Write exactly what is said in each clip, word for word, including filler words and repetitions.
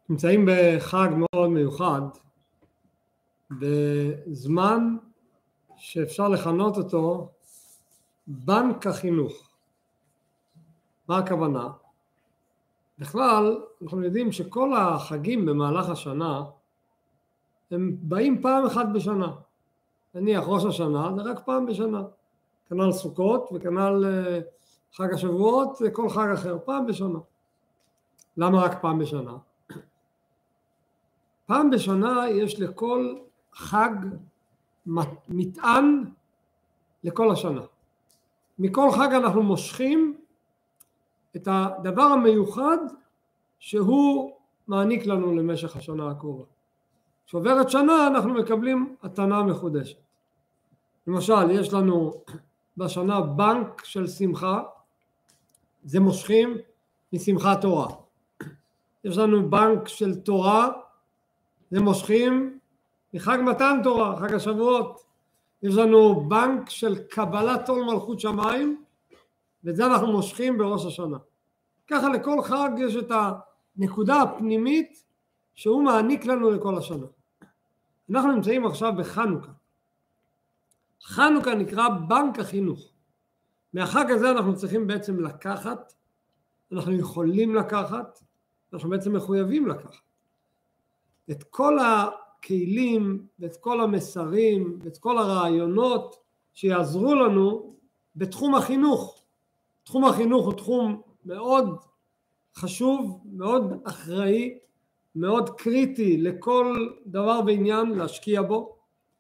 נמצאים בחג מאוד מיוחד, בזמן שאפשר לכנות אותו בנק החינוך. מה הכוונה? בכלל אנחנו יודעים שכל החגים במהלך השנה הם באים פעם אחת בשנה. נניח ראש השנה זה רק פעם בשנה, כנ"ל סוכות וכנ"ל חג השבועות וכל חג אחר פעם בשנה. למה רק פעם בשנה? פעם בשנה יש לכל חג מטען לכל השנה. מכל חג אנחנו מושכים את הדבר המיוחד שהוא מעניק לנו למשך השנה הקרובה. כשעוברת שנה אנחנו מקבלים התנה מחודשת. למשל יש לנו בשנה בנק של שמחה, זה מושכים משמחת תורה. יש לנו בנק של תורה, זה מושכים מחג מתן תורה, חג השבועות. יש לנו בנק של קבלת עול מלכות שמיים, וזה אנחנו מושכים בראש השנה. ככה לכל חג יש את הנקודה הפנימית שהוא מעניק לנו לכל השנה. אנחנו נמצאים עכשיו בחנוכה. חנוכה נקרא בנק החינוך. מהחג הזה אנחנו צריכים בעצם לקחת, אנחנו יכולים לקחת, אנחנו בעצם מחויבים לקחת. את כל הכלים ואת כל המסרים ואת כל הרעיונות שיעזרו לנו בתחום החינוך. תחום החינוך הוא תחום מאוד חשוב, מאוד אחראי, מאוד קריטי לכל דבר בעניין להשקיע בו,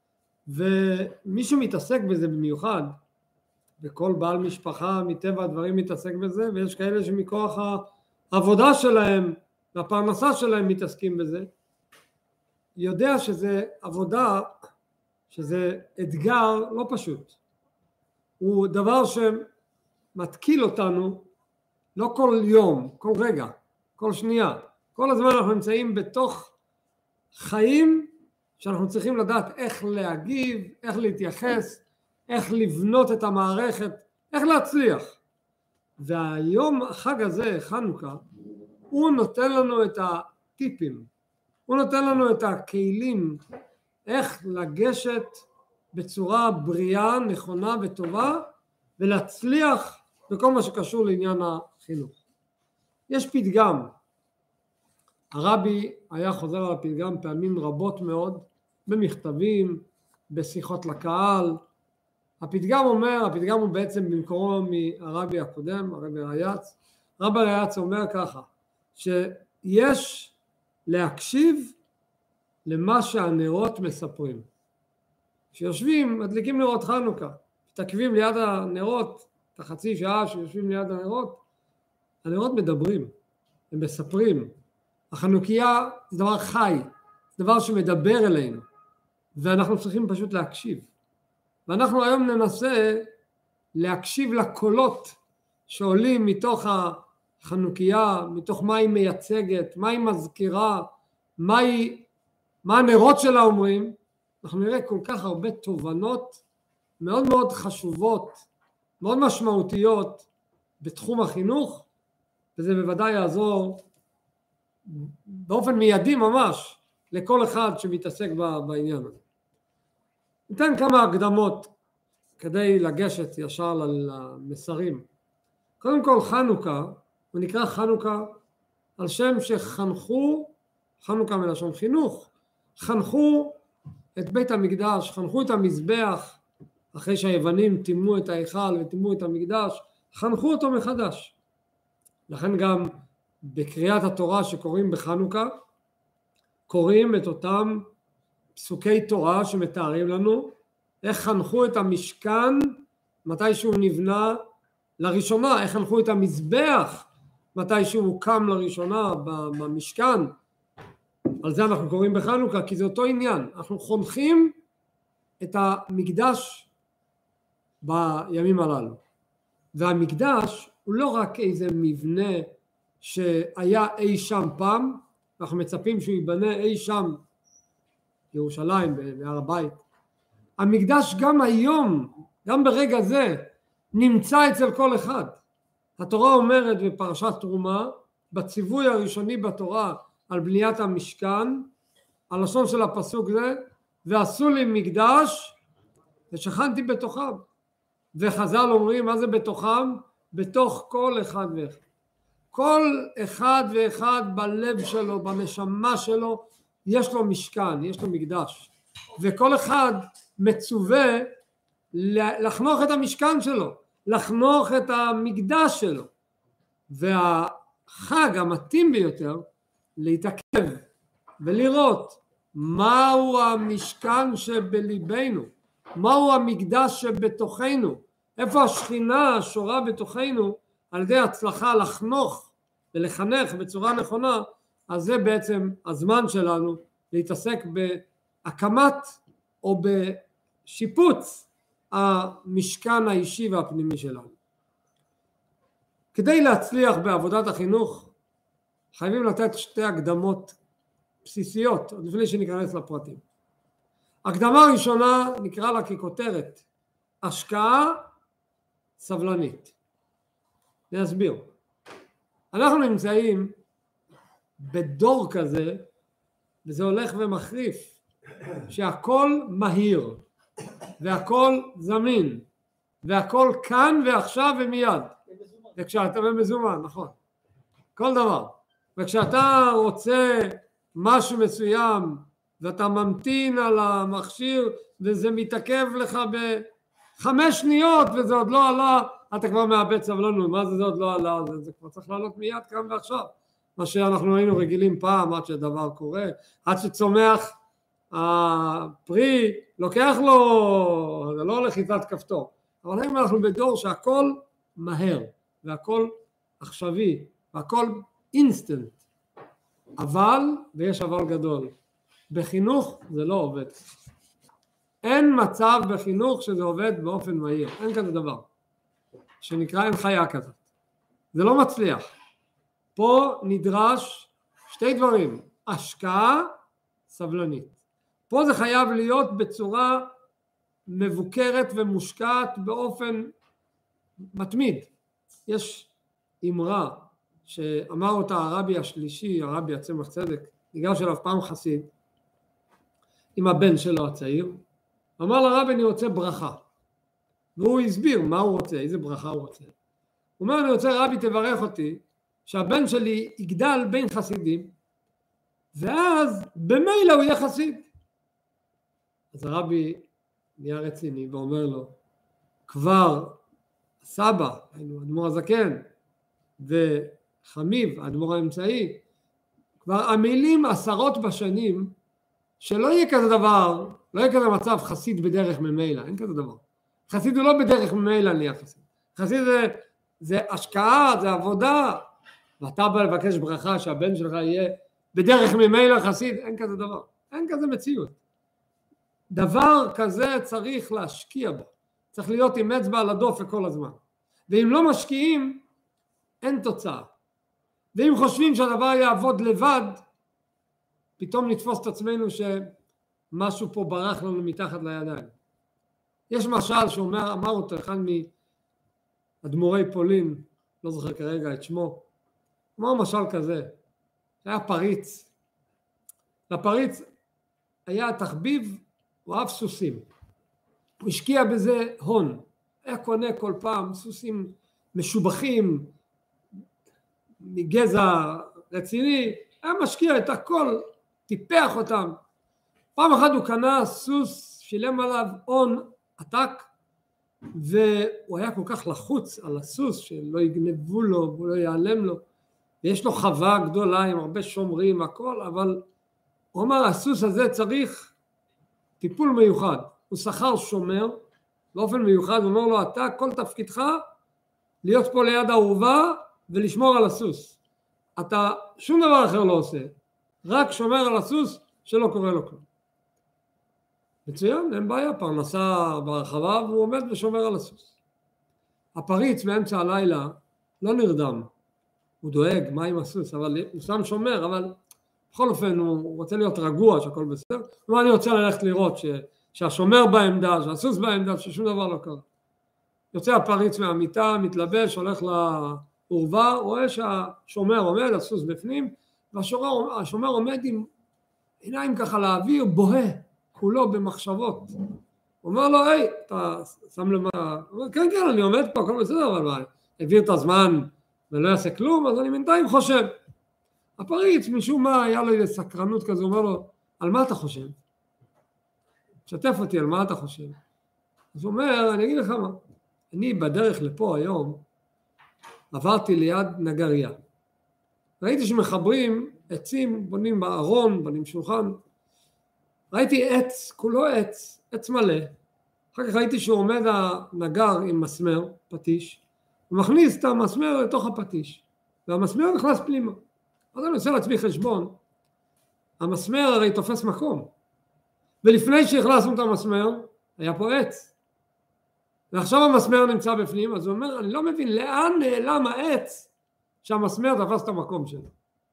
ומי שמתעסק בזה במיוחד, וכל בעל משפחה מטבע הדברים מתעסק בזה, ויש כאלה שמכוח העבודה שלהם והפרנסה שלהם מתעסקים בזה, יודע שזה עבודה, שזה אתגר לא פשוט. הוא דבר שמתקיל אותנו לא כל יום, כל רגע, כל שנייה. כל הזמן אנחנו נמצאים בתוך חיים שאנחנו צריכים לדעת איך להגיב, איך להתייחס, איך לבנות את המערכת, איך להצליח. והיום החג הזה, חנוכה, הוא נותן לנו את הטיפים, הוא נותן לנו את הכלים איך לגשת בצורה בריאה, נכונה וטובה ולהצליח בכל מה שקשור לעניין החינוך. יש פתגם, הרבי היה חוזר על הפתגם פעמים רבות מאוד, במכתבים, בשיחות לקהל. הפתגם אומר, הפתגם הוא בעצם במקורו מהרבי הקודם, הרבי רייץ. הרבי רייץ אומר ככה, שיש להקשיב למה שהנרות מספרים. כשיושבים, מדליקים נרות חנוכה, מתעכבים ליד הנרות, את החצי שעה שיושבים ליד הנרות, הנרות מדברים, הם מספרים. החנוכיה זה דבר חי, זה דבר שמדבר אלינו, ואנחנו צריכים פשוט להקשיב. ואנחנו היום ננסה להקשיב לקולות שעולים מתוך החנוכיה, מתוך מה היא מייצגת, מה היא מזכירה, מה, היא, מה הנרות שלה אומרים. אנחנו נראה כל כך הרבה תובנות מאוד מאוד חשובות, מאוד משמעותיות בתחום החינוך, וזה בוודאי יעזור באופן מיידי ממש לכל אחד שמתעסק בעניין הזה. ניתן כמה הקדמות כדי לגשת ישר למסרים. קודם כל חנוכה, הוא נקרא חנוכה על שם שחנכו, חנוכה מלשון חינוך, חנכו את בית המקדש, חנכו את המזבח, אחרי שהיוונים טימאו את ההיכל וטימאו את המקדש, חנכו אותו מחדש. לכן גם בקריאת התורה שקוראים בחנוכה, קוראים את אותם פסוקי תורה שמתארים לנו איך חנכו את המשכן מתי שהוא נבנה לראשונה, איך חנכו את המזבח מתי שהוא הוקם לראשונה במשכן. על זה אנחנו קוראים בחנוכה, כי זה אותו עניין. אנחנו חונכים את המקדש בימים הללו. והמקדש הוא לא רק איזה מבנה שהיה אי שם פעם, אנחנו מצפים שהוא ייבנה אי שם ירושלים בהר הבית. המקדש גם היום, גם ברגע זה, נמצא אצל כל אחד. התורה אומרת בפרשת תרומה, בציווי הראשוני בתורה, על בניית המשכן, הלשון של הפסוק זה, ועשו לי מקדש ושכנתי בתוכם. וחז"ל אומרים, מה זה בתוכם? בתוך כל אחד ואחד. כל אחד ואחד בלב שלו, בנשמה שלו, יש לו משכן, יש לו מקדש. וכל אחד מצווה לחנוך את המשכן שלו, לחנוך את המקדש שלו. והחג המתאים ביותר, להתעכב ולראות מהו המשכן שבליבנו, מהו המקדש שבתוכנו, איפה השכינה שורה בתוכנו, על ידי הצלחה לחנוך ולחנך בצורה נכונה. אז זה בעצם הזמן שלנו להתעסק בהקמת או בשיפוץ המשכן האישי והפנימי שלנו. כדי להצליח בעבודת החינוך חייבים לתת שתי הקדמות בסיסיות עוד לפני שניכנס לפרטים. הקדמה ראשונה נקרא לה ככותרת השקעה סבלנית. להסביר. אנחנו נמצאים בדור כזה, וזה הולך ומחריף, שהכל מהיר והכל זמין והכל כאן ועכשיו ומיד. וכשאתה במזומן, נכון, כל דבר. וכשאתה רוצה משהו מסוים ואתה ממתין על המכשיר וזה מתעכב לך בחמש שניות וזה עוד לא עלה, אתה כבר מאבד סבלנות. מה זה זה עוד לא עלה? זה, זה כבר צריך לעלות מיד כאן ועכשיו. מה שאנחנו היינו רגילים פעם, עד שדבר קורה, עד שצומח הפרי, לוקח לו, זה לא לחיצת כפתור. אבל היום אנחנו בדור שהכל מהר והכל עכשווי והכל אינסטנט. אבל, ויש אבל גדול, בחינוך זה לא עובד. אין מצב בחינוך שזה עובד באופן מהיר, אין כזה דבר שנקרא אין חיה כזאת, זה לא מצליח. פה נדרש שתי דברים, השקעה סבלנית. פה זה חייב להיות בצורה מבוקרת ומושקעת באופן מתמיד. יש אמרה שאמר אותה הרבי השלישי, הרבי הצמח צדק, ניגש אליו פעם חסיד עם הבן שלו הצעיר, אמר לרבי אני רוצה ברכה, והוא הסביר מה הוא רוצה, איזה ברכה הוא רוצה. הוא אומר אני רוצה רבי תברך אותי שהבן שלי יגדל בין חסידים ואז במילא הוא יהיה חסיד. אז הרבי נהיה רציני ואומר לו כבר סבא, אדמו"ר הזקן וחמיב, האדמו"ר האמצעי, כבר עמלים עשרות בשנים שלא יהיה כזה דבר, לא יהיה כזה מצב חסיד בדרך ממילא, אין כזה דבר. חסיד הוא לא בדרך ממילא נהיה חסיד. חסיד זה, זה השקעה, זה עבודה, ואתה בא לבקש ברכה שהבן שלך יהיה בדרך ממילא חסיד, אין כזה דבר, אין כזה מציאות. דבר כזה צריך להשקיע בו, צריך להיות עם אצבע על הדופק כל הזמן. ואם לא משקיעים, אין תוצאה. ואם חושבים שהדבר יעבוד לבד, פתאום נתפוס את עצמנו שמשהו פה ברח לנו מתחת לידיים. יש משל שאומר, אמר אותו אחד מאדמו"רי פולין, לא זוכר כרגע את שמו, אמר משל כזה, היה פריץ. לפריץ היה תחביב, הוא אהב סוסים. הוא השקיע בזה הון. היה קונה כל פעם סוסים משובחים, מגזע רציני, היה משקיע את הכל, טיפח אותם. פעם אחת הוא קנה סוס, שילם עליו הון עתק, והוא היה כל כך לחוץ על הסוס שלא יגנבו לו ולא יעלם לו, ויש לו חווה גדולה עם הרבה שומרים הכל, אבל הוא אמר הסוס הזה צריך טיפול מיוחד. הוא שכר שומר באופן מיוחד, הוא אומר לו אתה כל תפקידך להיות פה ליד האורווה ולשמור על הסוס, אתה שום דבר אחר לא עושה, רק שומר על הסוס שלא קורה לו כלום. מצוין, אין בעיה, פרנסה ברחבה והוא עומד ושומר על הסוס. הפריץ באמצע הלילה לא נרדם, הוא דואג מה עם הסוס, אבל הוא שם שומר, אבל בכל אופן הוא רוצה להיות רגוע שהכל בסדר. אבל אני רוצה ללכת לראות ש, שהשומר בעמדה, שהסוס בעמדה, ששום דבר לא קרה. יוצא הפריץ מהמיטה, מתלבש, הולך לאורווה, רואה שהשומר עומד, הסוס בפנים, והשומר עומד עם עיניים ככה לאוויר, בוהה, כולו במחשבות. הוא אומר לו, היי, אתה שם למה? הוא אומר, כן, כן, אני עומד פה, הכל בסדר, אבל מה, העביר את הזמן ולא יעשה כלום, אז אני בינתיים חושב. הפריץ, משום מה, היה לו איזו סקרנות כזו, הוא אומר לו, על מה אתה חושב? שתף אותי, על מה אתה חושב? אז הוא אומר, אני אגיד לך מה, אני בדרך לפה היום, עברתי ליד נגריה. ראיתי שמחברים עצים, בונים בארון, בונים שולחן. ראיתי עץ, כולו עץ, עץ מלא. אחר כך ראיתי שהוא עומד הנגר עם מסמר, פטיש, ומכניס את המסמר לתוך הפטיש, והמסמר נכנס פנימה. אז אני עושה לעצמי חשבון, המסמר הרי תופס מקום, ולפני שהכנסנו את המסמר, היה פה עץ. ועכשיו המסמר נמצא בפנים, אז הוא אומר, אני לא מבין לאן נעלם העץ שהמסמר תפס את המקום שלו.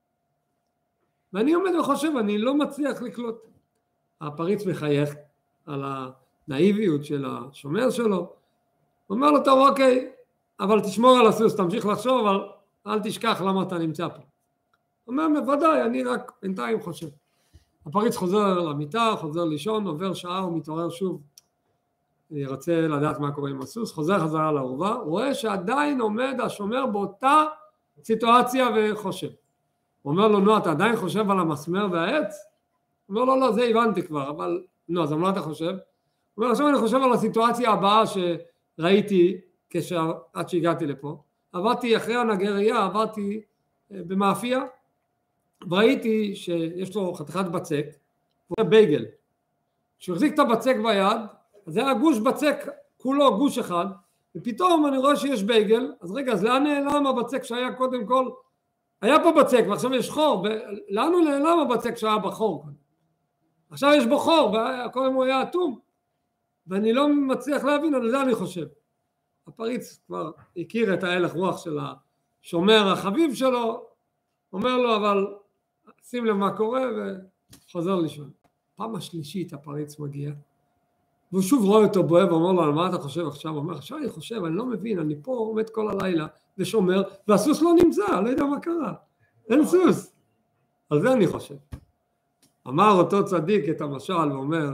ואני עומד וחושב, אני לא מצליח לקלוט. הפריץ מחייך על הנאיביות של השומר שלו, הוא אומר לו, טוב, אוקיי, אבל תשמור על הסוס, תמשיך לחשוב, אבל אל תשכח למה אתה נמצא פה. הוא אומר, בוודאי, אני רק בינתיים חושב. הפריץ חוזר למיטה, חוזר לישון, עובר שעה, הוא מתעורר שוב. אני רוצה לדעת מה קורה עם הסוס, חוזר חזרה לאורווה, רואה שעדיין עומד השומר באותה סיטואציה וחושב. הוא אומר לו, נו, אתה עדיין חושב על המסמר והעץ? הוא אומר לו, לא, זה הבנתי כבר, אבל נו, אז מה אתה חושב? הוא אומר, עכשיו אני חושב על הסיטואציה הבאה שראיתי עד שהגעתי לפה. עברתי אחרי הנגריה, עברתי במאפייה, וראיתי שיש לו חתיכת בצק, הוא היה בייגל. כשהוא החזיק את הבצק ביד, אז זה היה גוש בצק, כולו גוש אחד, ופתאום אני רואה שיש בייגל, אז רגע, אז לאן נעלם הבצק שהיה קודם כל? היה פה בצק ועכשיו יש חור, לאן הוא נעלם הבצק שהיה בחור? עכשיו יש בו חור, קודם הוא היה אטום, ואני לא מצליח להבין, על זה אני חושב. הפריץ כבר הכיר את ההלך רוח של השומר החביב שלו, אומר לו, אבל שים לב מה קורה, וחוזר לישון. פעם השלישית הפריץ מגיע, והוא שוב רואה אותו בוהה ואומר לו, על מה אתה חושב עכשיו? הוא אומר, עכשיו אני חושב, אני לא מבין, אני פה עומד כל הלילה ושומר, והסוס לא נמצא, לא יודע מה קרה, אין סוס. על זה אני חושב. אמר אותו צדיק את המשל ואומר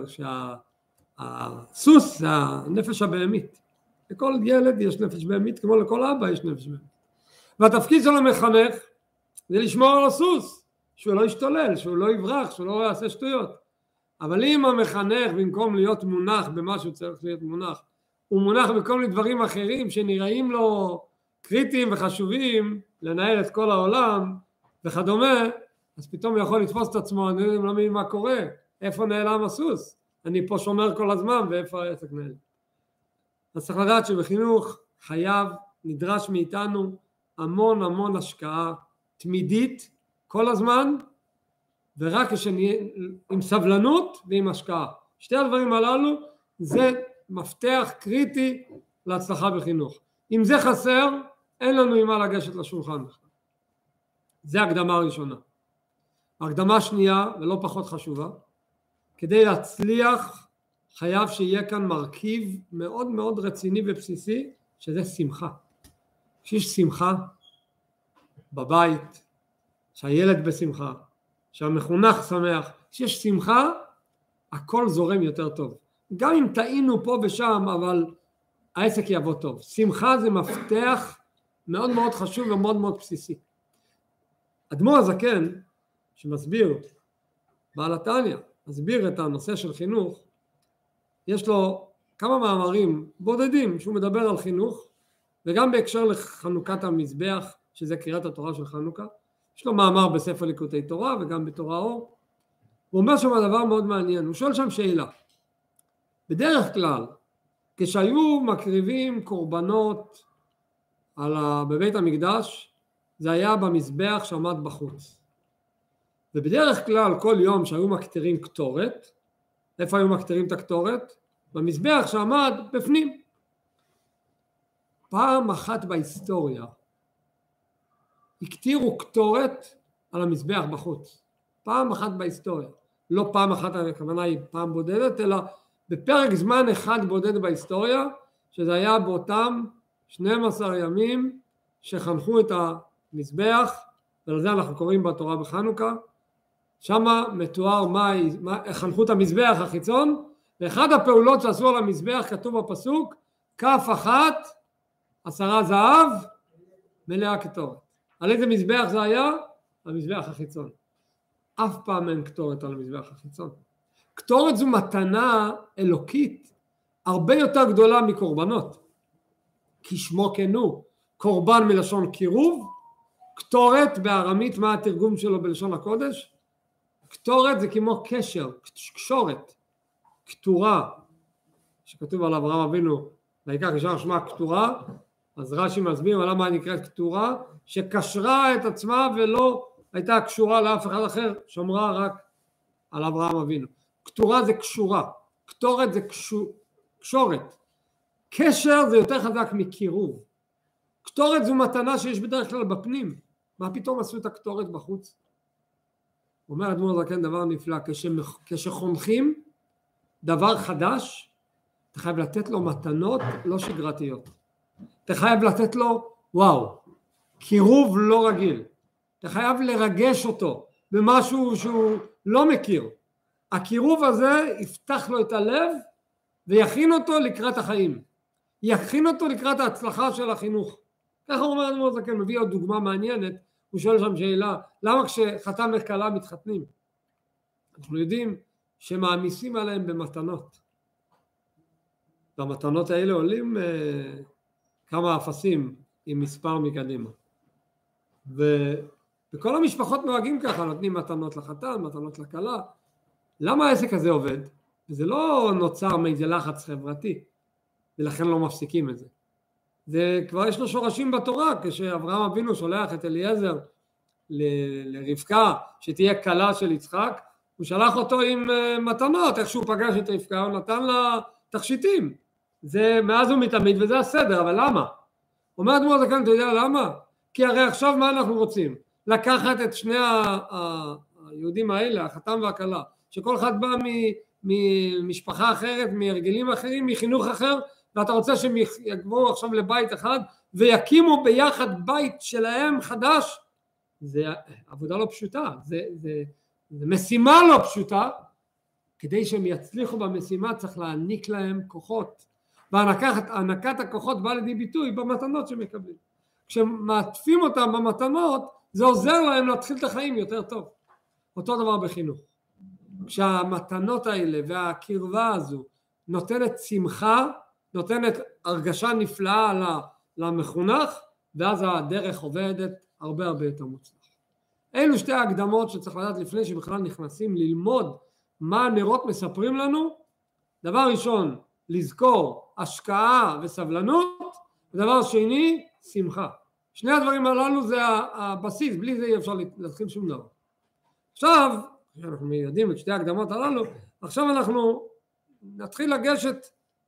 שהסוס זה הנפש הבהמית. לכל ילד יש נפש בהמית, כמו לכל אבא יש נפש בהמית. והתפקיד של המחנך זה לשמור על הסוס, שהוא לא ישתולל, שהוא לא יברח, שהוא לא יעשה שטויות. אבל אם המחנך במקום להיות מונח במה שהוא צריך להיות מונח, הוא מונח בכל מיני דברים אחרים שנראים לו קריטיים וחשובים, לנהל את כל העולם וכדומה, אז פתאום הוא יכול לתפוס את עצמו, אני לא מבין מה קורה, איפה נעלם הסוס? אני פה שומר כל הזמן ואיפה העסק נעלם. אז צריך לדעת שבחינוך חייב, נדרש מאיתנו המון המון השקעה תמידית כל הזמן, ורק כשנהיה עם סבלנות ועם השקעה. שתי הדברים הללו זה מפתח קריטי להצלחה בחינוך. אם זה חסר, אין לנו עם מה לגשת לשולחן. זה הקדמה הראשונה. הקדמה שנייה, ולא פחות חשובה, כדי להצליח חייב שיהיה כאן מרכיב מאוד מאוד רציני ובסיסי, שזה שמחה. כשיש שמחה בבית, שהילד בשמחה, שהמחונך שמח, כשיש שמחה, הכל זורם יותר טוב. גם אם טעינו פה ושם, אבל העסק יבוא טוב. שמחה זה מפתח מאוד מאוד חשוב ומאוד מאוד בסיסי. אדמו"ר הזקן, שמסביר, בעל התניא, מסביר את הנושא של חינוך, יש לו כמה מאמרים בודדים שהוא מדבר על חינוך, וגם בהקשר לחנוכת המזבח, שזה קריאת התורה של חנוכה, יש לו מאמר בספר ליקוטי תורה וגם בתורה אור, הוא אומר שם דבר מאוד מעניין, הוא שואל שם שאלה, בדרך כלל כשהיו מקריבים קורבנות על ה... בבית המקדש, זה היה במזבח שעמד בחוץ, ובדרך כלל כל יום שהיו מקטרים קטורת, איפה היו מקטרים את הקטורת? במזבח שעמד בפנים. פעם אחת בהיסטוריה הקטירו קטורת על המזבח בחוץ. פעם אחת בהיסטוריה. לא פעם אחת, הכוונה היא פעם בודדת, אלא בפרק זמן אחד בודד בהיסטוריה, שזה היה באותם שנים עשר ימים שחנכו את המזבח ולזה אנחנו קוראים בתורה בחנוכה, שמה מתואר מה, מה, חנכו את המזבח החיצון, ואחד הפעולות שעשו על המזבח כתוב בפסוק, כף אחת, עשרה זהב, מלאה קטורת. על איזה מזבח זה היה? המזבח החיצון. אף פעם אין קטורת על המזבח החיצון. קטורת זו מתנה אלוקית, הרבה יותר גדולה מקורבנות. כי שמו כנו, קורבן מלשון קירוב, קטורת בארמית, מה התרגום שלו בלשון הקודש? קטורת זה כמו קשר, קשורת, קטורה, שכתוב על אברהם אבינו, בעיקר כשם שמה קטורה, אז רש"י מסביר למה היא נקראת קטורה, שקשרה את עצמה ולא הייתה קשורה לאף אחד אחר, שמרה רק על אברהם אבינו. קטורה זה קשורה, קטורת זה קשור, קשורת, קשר זה יותר חזק מקירוב. קטורת זו מתנה שיש בדרך כלל בפנים, מה פתאום עשו את הקטורת בחוץ? אומר אדמו"ר הזקן דבר נפלא, כשחונכים דבר חדש, אתה חייב לתת לו מתנות לא שגרתיות. אתה חייב לתת לו, וואו, קירוב לא רגיל. אתה חייב לרגש אותו במשהו שהוא לא מכיר. הקירוב הזה יפתח לו את הלב ויכין אותו לקראת החיים. יכין אותו לקראת ההצלחה של החינוך. ככה אומר אדמו"ר הזקן, מביא עוד דוגמה מעניינת, הוא שואל שם שאלה, למה כשחתן וכלה מתחתנים? אנחנו יודעים שמעמיסים עליהם במתנות. והמתנות האלה עולים אה, כמה אפסים עם מספר מקדימה. ובכל המשפחות נוהגים ככה, נותנים מתנות לחתן, מתנות לכלה. למה העסק הזה עובד? וזה לא נוצר מאיזה לחץ חברתי, ולכן לא מפסיקים את זה. זה כבר יש לו שורשים בתורה, כשאברהם אבינו שולח את אליעזר ל- לרבקה, שתהיה כלה של יצחק, הוא שלח אותו עם מתנות, איך שהוא פגש את רבקה, הוא נתן לה תכשיטים. זה מאז ומתמיד וזה הסדר, אבל למה? אומר אדמו"ר הזקן, אתה יודע למה? כי הרי עכשיו מה אנחנו רוצים? לקחת את שני ה- ה- היהודים האלה, החתן והכלה, שכל אחד בא ממשפחה אחרת, מהרגלים אחרים, מחינוך אחר, ואתה רוצה שהם יגברו עכשיו לבית אחד ויקימו ביחד בית שלהם חדש, זה עבודה לא פשוטה, זה, זה, זה משימה לא פשוטה. כדי שהם יצליחו במשימה צריך להעניק להם כוחות, והענקת הכוחות באה לידי ביטוי במתנות שמקבלים. כשמעטפים אותם במתנות זה עוזר להם להתחיל את החיים יותר טוב. אותו דבר בחינוך, כשהמתנות האלה והקרבה הזו נותנת שמחה, נותנת הרגשה נפלאה למחונך, ואז הדרך עובדת הרבה הרבה יותר מוצלח. אלו שתי ההקדמות שצריך לדעת לפני שבכלל נכנסים ללמוד מה הנרות מספרים לנו. דבר ראשון, לזכור השקעה וסבלנות, ודבר שני, שמחה. שני הדברים הללו זה הבסיס, בלי זה אי אפשר להתחיל שום דבר. עכשיו, אנחנו יודעים את שתי ההקדמות הללו, עכשיו אנחנו נתחיל לגשת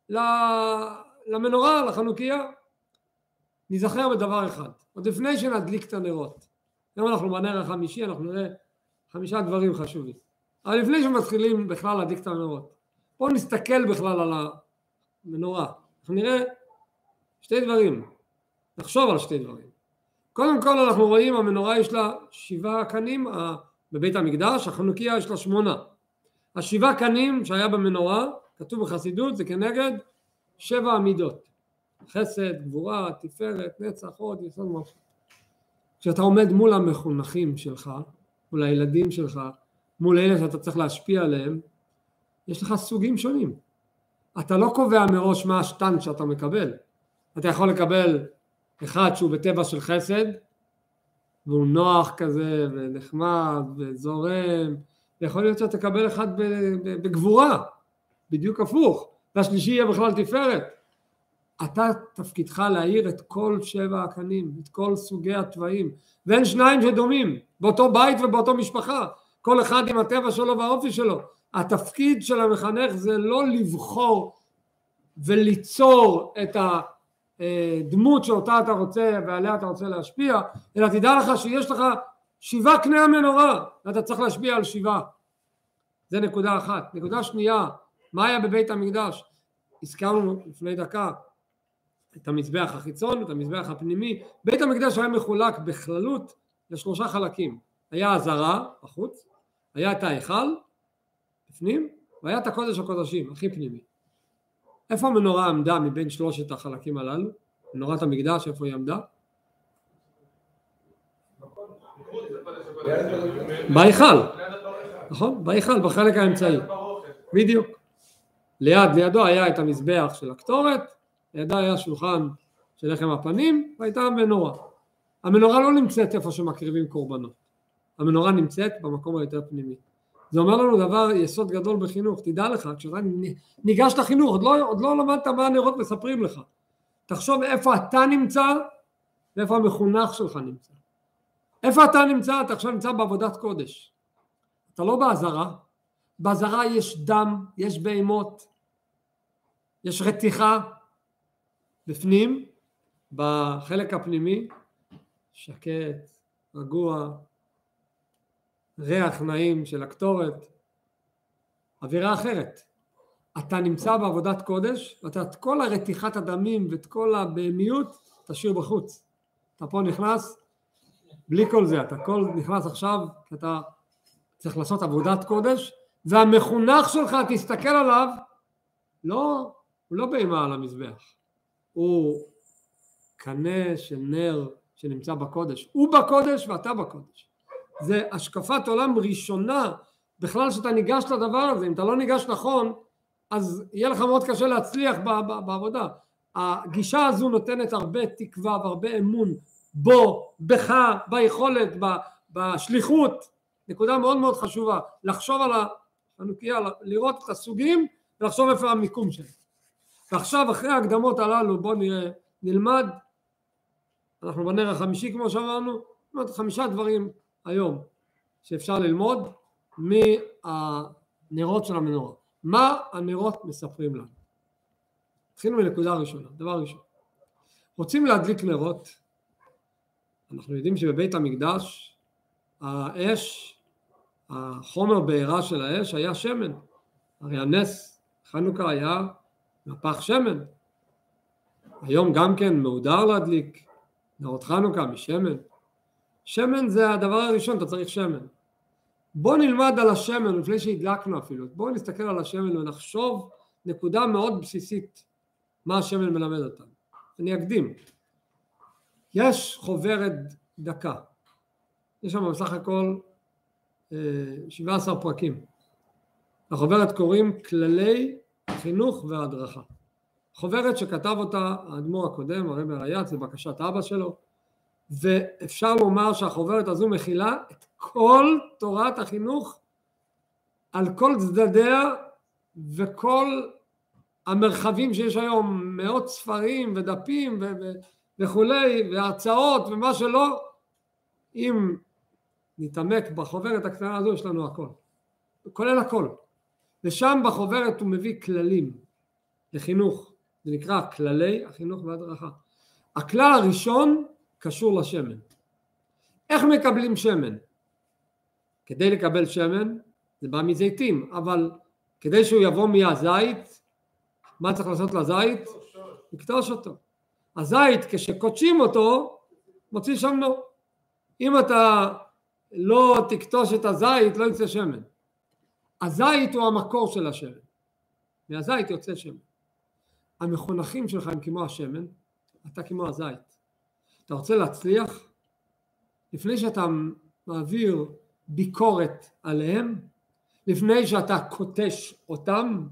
למנורה, לחנוכיה. נזכר בדבר אחד, עוד לפני שנדליק את הנרות. היום אנחנו בנר החמישי, אנחנו נראה חמישה דברים חשובים. אבל לפני שמתחילים בכלל להדליק את הנרות, בואו נסתכל בכלל על המנורה. אנחנו נראה שתי דברים, נחשוב על שתי דברים. קודם כל אנחנו רואים המנורה יש לה שבעה קנים בבית המקדש, החנוכיה יש לה שמונה. השבעה קנים שהיה במנורה, כתוב בחסידות, זה כנגד שבע המידות. חסד, גבורה, תפארת, נצח, הוד, יסוד מלכות. כשאתה עומד מול המחונכים שלך, מול הילדים שלך, מול אלה שאתה צריך להשפיע עליהם, יש לך סוגים שונים. אתה לא קובע מראש מה השטנט שאתה מקבל. אתה יכול לקבל אחד שהוא בטבע של חסד, והוא נוח כזה, ונחמד, וזורם, ויכול להיות שאתה תקבל אחד בגבורה, בדיוק הפוך, והשלישי יהיה בכלל תפארת. אתה תפקידך להאיר את כל שבע הקנים, את כל סוגי הטבעים, ואין שניים שדומים, באותו בית ובאותו משפחה, כל אחד עם הטבע שלו והאופי שלו. התפקיד של המחנך זה לא לבחור וליצור את הדמות שאותה אתה רוצה ועליה אתה רוצה להשפיע, אלא תדע לך שיש לך שבעה קני המנורה, ואתה צריך להשפיע על שבעה. זה נקודה אחת. נקודה שנייה, מה היה בבית המקדש? הזכרנו לפני דקה את המזבח החיצון, את המזבח הפנימי. בית המקדש היה מחולק בכללות לשלושה חלקים. היה הזרה בחוץ, היה את ההיכל בפנים, והיה את הקודש הקודשים, הכי פנימי. איפה המנורה עמדה מבין שלושת החלקים הללו? מנורת המקדש, איפה היא עמדה? בהיכל, נכון? בהיכל, בחלק האמצעי. בדיוק. ליד, לידו היה את המזבח של הקטורת, לידו היה שולחן של לחם הפנים, והייתה המנורה. המנורה לא נמצאת איפה שמקריבים קורבנות. המנורה נמצאת במקום היותר פנימי. זה אומר לנו דבר, יסוד גדול בחינוך. תדע לך, כשאתה ניגש לחינוך, עוד לא, עוד לא למדת מה הנרות מספרים לך. תחשוב איפה אתה נמצא, ואיפה המחונך שלך נמצא. איפה אתה נמצא? אתה עכשיו נמצא בעבודת קודש. אתה לא בעזרה. בעזרה יש דם, יש בהמות, יש רתיחה. בפנים, בחלק הפנימי, שקט, רגוע, ריח נעים של הקטורת, אווירה אחרת. אתה נמצא בעבודת קודש, ואתה את כל הרתיחת הדמים ואת כל הבהמיות תשאיר בחוץ. אתה פה נכנס, בלי כל זה, אתה כל נכנס עכשיו, כי אתה צריך לעשות עבודת קודש, והמחונך שלך, תסתכל עליו, לא, הוא לא בהמה על המזבח, הוא קנה של נר שנמצא בקודש, הוא בקודש ואתה בקודש. זה השקפת עולם ראשונה, בכלל שאתה ניגש לדבר הזה, אם אתה לא ניגש נכון, אז יהיה לך מאוד קשה להצליח בעבודה. הגישה הזו נותנת הרבה תקווה והרבה אמון בו, בך, ביכולת, בשליחות. נקודה מאוד מאוד חשובה, לחשוב על החנוכיה, לראות את הסוגים ולחשוב איפה המיקום שלהם. ועכשיו אחרי ההקדמות הללו בואו נראה, נלמד, אנחנו בנר החמישי כמו שאמרנו, חמישה דברים היום שאפשר ללמוד מהנרות של המנורה. מה הנרות מספרים לנו? התחילנו מנקודה ראשונה, דבר ראשון. רוצים להדליק נרות, אנחנו יודעים שבבית המקדש האש, החומר בעירה של האש היה שמן. הרי הנס חנוכה היה מפח שמן. היום גם כן מהודר להדליק נרות חנוכה משמן. שמן זה הדבר הראשון, אתה צריך שמן. בוא נלמד על השמן לפני שהדלקנו אפילו. בוא נסתכל על השמן ונחשוב נקודה מאוד בסיסית מה השמן מלמד אותנו. אני אקדים. יש חוברת דקה. יש שם בסך הכל שבעה עשר פרקים. החוברת קוראים כללי חינוך והדרכה. חוברת שכתב אותה האדמו"ר הקודם, הרבי הריי"צ, לבקשת אבא שלו, ואפשר לומר שהחוברת הזו מכילה את כל תורת החינוך על כל צדדיה וכל המרחבים שיש היום, מאות ספרים ודפים ו- ו- וכולי, והרצאות ומה שלא. אם נתעמק בחוברת הקטנה הזו יש לנו הכל, כולל הכל. ושם בחוברת הוא מביא כללים לחינוך, זה נקרא כללי החינוך וההדרכה. הכלל הראשון קשור לשמן. איך מקבלים שמן? כדי לקבל שמן זה בא מזיתים, אבל כדי שהוא יבוא מהזית, מה צריך לעשות לזית? לקטוש אותו. הזית כשקודשים אותו מוציא שמן. אם אתה לא תקטוש את הזית לא יצא שמן. הזית הוא המקור של השמן, מהזית יוצא שמן. המחונכים שלך הם כמו השמן, אתה כמו הזית. אתה רוצה להצליח? לפני שאתה מעביר ביקורת עליהם, לפני שאתה קוטש אותם,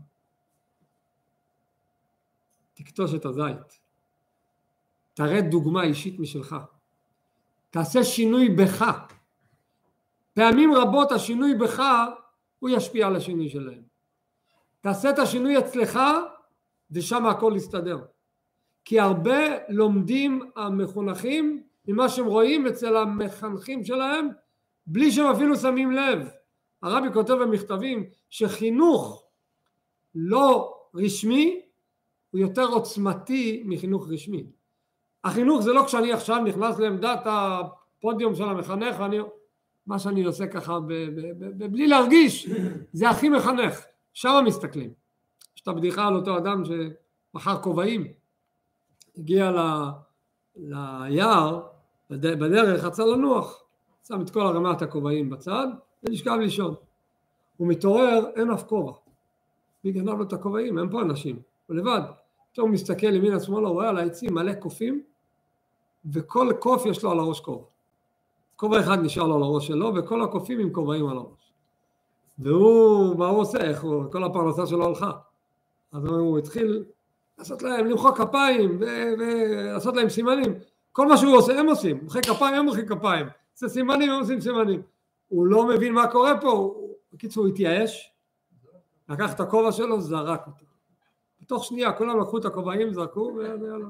תקטוש את הזית. תראה דוגמה אישית משלך. תעשה שינוי בך. פעמים רבות השינוי בך הוא ישפיע על השינוי שלהם. תעשה את השינוי אצלך ושם הכל יסתדר. כי הרבה לומדים המחונכים ממה שהם רואים אצל המחנכים שלהם בלי שהם אפילו שמים לב. הרבי כותב במכתבים שחינוך לא רשמי הוא יותר עוצמתי מחינוך רשמי. החינוך זה לא כשאני עכשיו נכנס לעמדת הפודיום של המחנך ואני, מה שאני עושה ככה ב, ב, ב, ב, בלי להרגיש, זה הכי מחנך, שם מסתכלים. יש את הבדיחה על אותו אדם שמחר כובעים, הגיע ל, ליער, בדרך רצה לנוח, שם את כל הרמת הכובעים בצד, ונשכב לישון. הוא מתעורר, אין אף כובע. מי גנב לו את הכובעים? אין פה אנשים. הוא לבד. פתאום הוא מסתכל ימין השמאלה, הוא רואה על העצים מלא קופים, וכל קוף יש לו על הראש כובע. כובע אחד נשאר לו על הראש שלו, וכל הקופים עם כובעים על הראש. והוא, מה הוא עושה? איך הוא, כל הפרנסה שלו הלכה. אז הוא התחיל לעשות להם, למחוא כפיים, ולעשות להם סימנים. כל מה שהוא עושה, הם עושים. מוחא כפיים, הם מוחאים כפיים. זה סימנים, הם עושים סימנים. הוא לא מבין מה קורה פה. בקיצור, הוא התייאש, לקח את הכובע שלו, זרק אותו. בתוך שנייה, כולם לקחו את הכובעים, זרקו, ויאללה.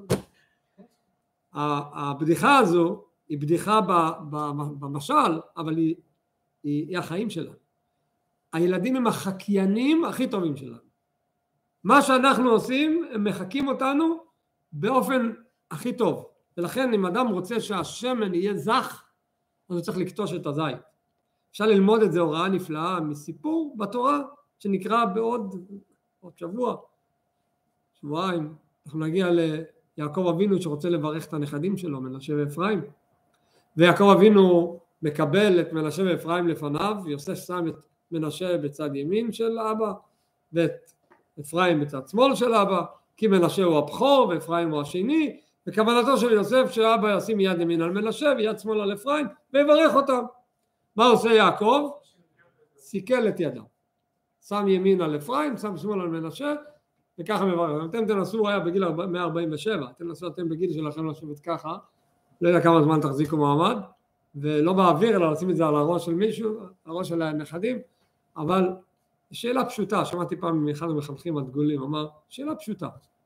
הבדיחה הזו, היא בדיחה במשל, אבל היא, היא, היא החיים שלנו. הילדים הם החקיינים הכי טובים שלנו. מה שאנחנו עושים, הם מחקים אותנו באופן הכי טוב. ולכן אם אדם רוצה שהשמן יהיה זך, אז הוא צריך לקטוש את הזית. אפשר ללמוד את זה הוראה נפלאה מסיפור בתורה, שנקרא בעוד עוד שבוע, שבועיים. אנחנו נגיע ליעקב אבינו שרוצה לברך את הנכדים שלו, מנשה ואפרים. ויעקב אבינו מקבל את מנשה ואפרים לפניו, יוסף שם את מנשה בצד ימין של אבא, ואת אפרים בצד שמאל של אבא, כי מנשה הוא הבכור ואפרים הוא השני, וכוונתו של יוסף שאבא ישים יד ימין על מנשה ויד שמאל על אפרים, ויברך אותם. מה עושה יעקב? סיכל את ידם. שם ימין על אפרים, שם שמאל על מנשה, וככה מברך. אתם תנסו, הוא היה בגיל מאה ארבעים ושבע, תנסו אתם בגיל שלכם לשבת ככה, לא יודע כמה זמן תחזיקו מעמד, ולא באוויר, אלא לשים את זה על הראש של מישהו, הראש של הנכדים, אבל שאלה פשוטה, שמעתי פעם מאחד המחנכים הדגולים, אמר, שאלה פשוטה.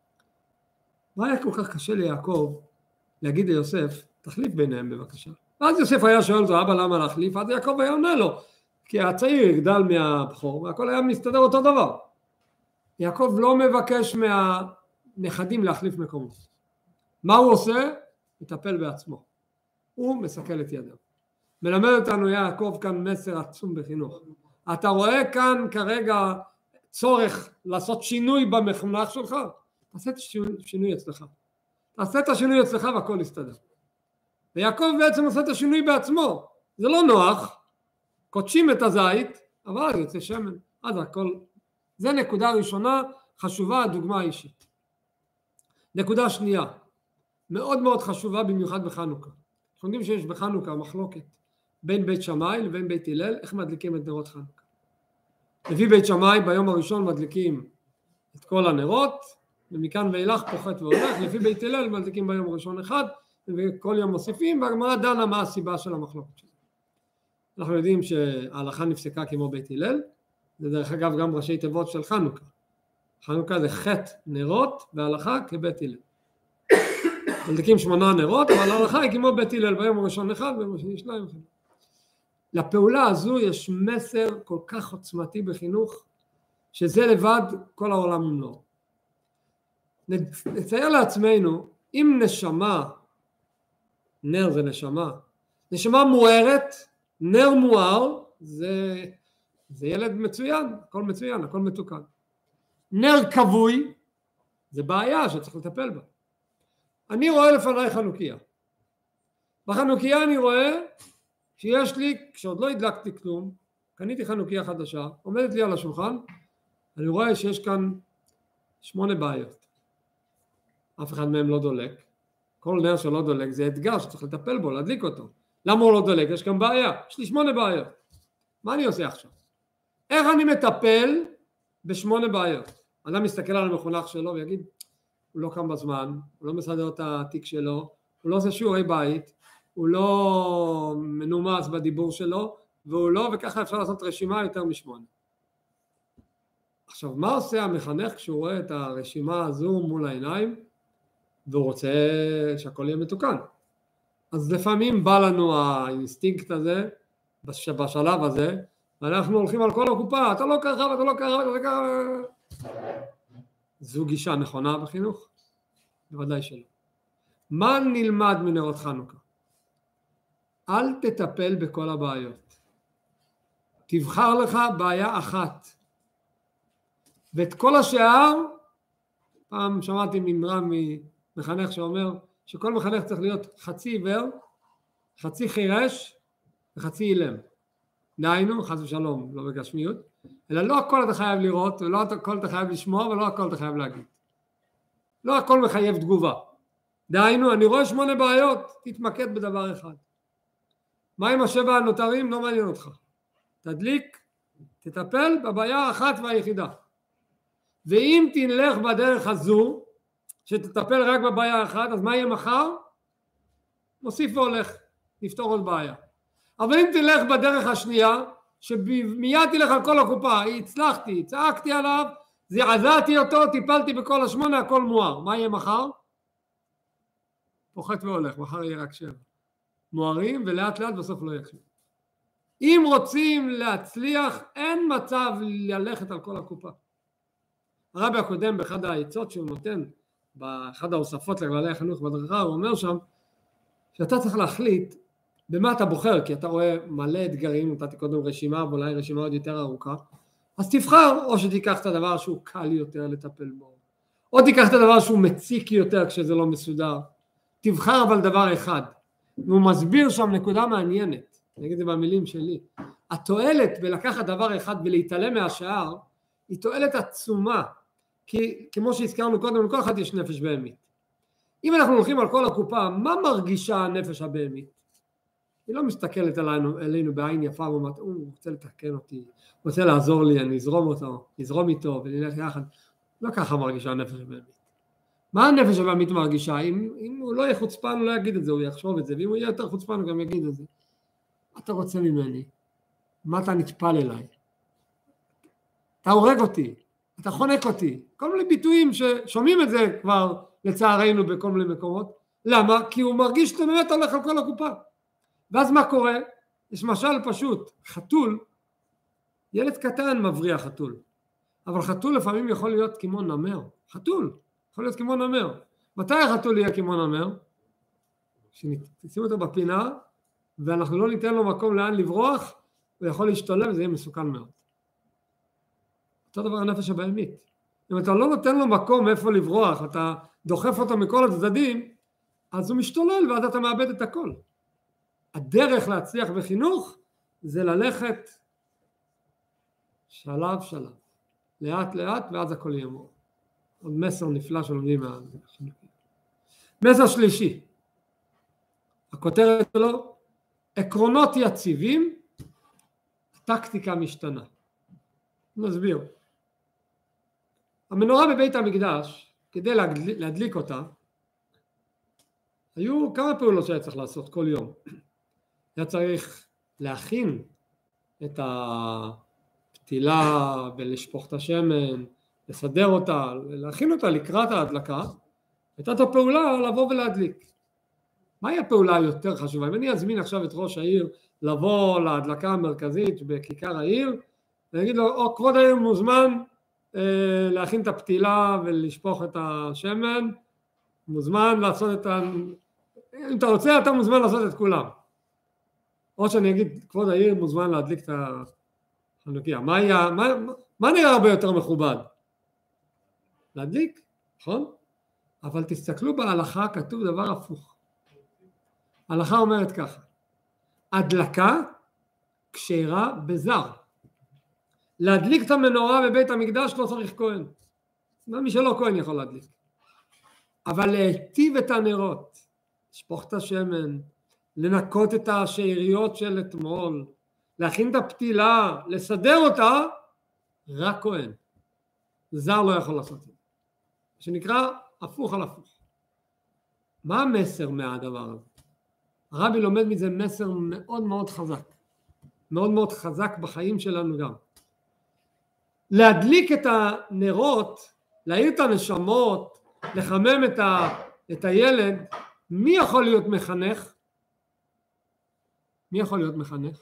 מה היה כל כך קשה ליעקב להגיד ליוסף, תחליף ביניהם בבקשה. ואז יוסף היה שואל אותו, אבא למה להחליף? אז יעקב היה עונה לו, כי הצעיר יגדל מהבכור, והכל היה מסתדר אותו דבר. יעקב לא מבקש מהנכדים להחליף מקומות. מה הוא עושה? מטפל בעצמו. הוא מסכל את ידם. מלמד אותנו יעקב כאן מסר עצום בחינוך. אתה רואה כאן כרגע צורך לעשות שינוי במחנך שלך? תעשה את השינוי אצלך. תעשה את השינוי אצלך והכל יסתדר. ויעקב בעצם עושה את השינוי בעצמו. זה לא נוח, קודשים את הזית, אבל יוצא שמן. אז הכל, זה נקודה ראשונה, חשובה, הדוגמה האישית. נקודה שנייה, מאוד מאוד חשובה במיוחד בחנוכה. אנחנו יודעים שיש בחנוכה מחלוקת בין בית שמאי לבין בית הלל, איך מדליקים את נרות חנוכה. לפי בית שמאי ביום הראשון מדליקים את כל הנרות, ומכאן ואילך פוחת והולך, לפי בית הלל מדליקים ביום הראשון אחד, וכל יום מוסיפים, והגמרא דנה מה הסיבה של המחלוקת שלנו. אנחנו יודעים שההלכה נפסקה כמו בית הלל, זה דרך אגב גם ראשי תיבות של חנוכה. חנוכה זה חטא נרות, וההלכה כבית הלל. מדליקים שמונה נרות, אבל ההלכה היא כמו בית הלל, ביום הראשון אחד, ביום השני שניים. לפעולה הזו יש מסר כל כך עוצמתי בחינוך, שזה לבד כל העולם ומלואו. נצייר לעצמנו, אם נשמה, נר זה נשמה, נשמה מוארת, נר מואר, זה, זה ילד מצוין, הכל מצוין, הכל מתוקן. נר כבוי, זה בעיה שצריך לטפל בה. אני רואה לפניי חנוכיה. בחנוכיה אני רואה שיש לי, כשעוד לא הדלקתי כלום, קניתי חנוכיה חדשה, עומדת לי על השולחן, אני רואה שיש כאן שמונה בעיות. אף אחד מהם לא דולק. כל נר שלא דולק זה אתגר שצריך לטפל בו, להדליק אותו. למה הוא לא דולק? יש כאן בעיה. יש לי שמונה בעיות. מה אני עושה עכשיו? איך אני מטפל בשמונה בעיות? אדם מסתכל על המחונך שלו ויגיד, הוא לא קם בזמן, הוא לא מסדר את התיק שלו, הוא לא עושה שיעורי בית, הוא לא מנומס בדיבור שלו, והוא לא, וככה אפשר לעשות רשימה יותר משמונה. עכשיו, מה עושה המחנך כשהוא רואה את הרשימה הזו מול העיניים, והוא רוצה שהכל יהיה מתוקן? אז לפעמים בא לנו האינסטינקט הזה, בשלב הזה, ואנחנו הולכים על כל הקופה, אתה לא ככה ואתה לא ככה ואתה לא ככה. זו גישה נכונה בחינוך? בוודאי שלא. מה נלמד מנרות חנוכה? אל תטפל בכל הבעיות. תבחר לך בעיה אחת. ואת כל השאר, פעם שמעתי ממרה מחנך שאומר, שכל מחנך צריך להיות חצי עיוור, חצי חירש, וחצי אילם. דהיינו, חס ושלום, לא בגשמיות, אלא לא הכל אתה חייב לראות, ולא הכל אתה חייב לשמוע, ולא הכל אתה חייב להגיד. לא הכל מחייב תגובה. דהיינו, אני רואה שמונה בעיות, תתמקד בדבר אחד. מה עם השבע הנותרים? לא מעניין אותך. תדליק, תטפל בבעיה האחת והיחידה. ואם תלך בדרך הזו, שתטפל רק בבעיה האחת, אז מה יהיה מחר? מוסיף והולך, נפתור עוד בעיה. אבל אם תלך בדרך השנייה, שמיד תלך על כל הקופה, הצלחתי, צעקתי עליו, זעזעתי אותו, טיפלתי בכל השמונה, הכל מואר. מה יהיה מחר? פוחת והולך, מחר יהיה רק שבע. מוארים ולאט לאט בסוף לא יקשיב. אם רוצים להצליח, אין מצב ללכת על כל הקופה. הרבי הקודם באחד העצות שהוא נותן, באחד ההוספות לכללי החינוך בהדרכה, הוא אומר שם, שאתה צריך להחליט במה אתה בוחר, כי אתה רואה מלא אתגרים, נתתי קודם רשימה, ואולי רשימה עוד יותר ארוכה, אז תבחר, או שתיקח את הדבר שהוא קל יותר לטפל בו, או תיקח את הדבר שהוא מציק יותר כשזה לא מסודר, תבחר אבל דבר אחד, והוא מסביר שם נקודה מעניינת, אני אגיד את זה במילים שלי, התועלת בלקחת דבר אחד ולהתעלם מהשאר, היא תועלת עצומה, כי כמו שהזכרנו קודם, לכל אחד יש נפש בהמית. אם אנחנו הולכים על כל הקופה, מה מרגישה הנפש הבהמית? היא לא מסתכלת עלינו, עלינו בעין יפה, ואומרת, הוא רוצה לתקן אותי, הוא רוצה לעזור לי, אני אזרום אותו, נזרום איתו ונלך יחד. לא ככה מרגישה הנפש הבהמית. מה הנפש הבהמית מרגישה? אם, אם הוא לא יהיה חוצפן, הוא לא יגיד את זה, הוא יחשוב את זה, ואם הוא יהיה יותר חוצפן, הוא גם יגיד את זה. מה אתה רוצה ממני? מה אתה נטפל אליי? אתה הורג אותי, אתה חונק אותי. כל מיני ביטויים ששומעים את זה כבר לצערנו בכל מיני מקומות. למה? כי הוא מרגיש שאתה באמת הולך על כל הקופה. ואז מה קורה? יש משל פשוט, חתול, ילד קטן מבריח חתול. אבל חתול לפעמים יכול להיות כמו נמר. חתול יכול להיות כמו נמר. מתי החתול יהיה כמו נמר? שנשים אותו בפינה, ואנחנו לא ניתן לו מקום לאן לברוח, הוא יכול להשתולל וזה יהיה מסוכן מאוד. אותו דבר הנפש הבהמית. אם אתה לא נותן לו מקום איפה לברוח, אתה דוחף אותו מכל הצדדים, אז הוא משתולל ואז אתה מאבד את הכל. הדרך להצליח בחינוך זה ללכת שלב שלב, לאט לאט ואז הכל יהיה מור. עוד מסר נפלא שלומדים מהחינוך. מסר שלישי, הכותרת שלו, עקרונות יציבים, טקטיקה משתנה. נסביר. המנורה בבית המקדש, כדי להדליק, להדליק אותה, היו כמה פעולות שהיה צריך לעשות כל יום. היה צריך להכין את הפתילה ולשפוך את השמן, לסדר אותה, להכין אותה לקראת ההדלקה, הייתה את הפעולה לבוא ולהדליק. מהי הפעולה היותר חשובה? אם אני אזמין עכשיו את ראש העיר לבוא להדלקה המרכזית בכיכר העיר, ואני אגיד לו, או כבוד העיר מוזמן אה, להכין את הפתילה ולשפוך את השמן, מוזמן לעשות את ה... אם אתה רוצה אתה מוזמן לעשות את כולם. או שאני אגיד, כבוד העיר מוזמן להדליק את החנוכיה. מה, היה, מה, מה נראה הרבה יותר מכובד? להדליק, נכון? אבל תסתכלו בהלכה, כתוב דבר הפוך. ההלכה אומרת ככה, הדלקה כשרה בזר. להדליק את המנורה בבית המקדש לא צריך כהן. מי שלא כהן יכול להדליק. אבל להיטיב את הנרות, לשפוך את השמן, לנקות את השאריות של אתמול, להכין את הפתילה, לסדר אותה, רק כהן. זר לא יכול לעשות את זה. שנקרא הפוך על הפוך. מה המסר מהדבר הזה? הרבי לומד מזה מסר מאוד מאוד חזק. מאוד מאוד חזק בחיים שלנו גם. להדליק את הנרות, להאיר את הנשמות, לחמם את, ה, את הילד, מי יכול להיות מחנך? מי יכול להיות מחנך?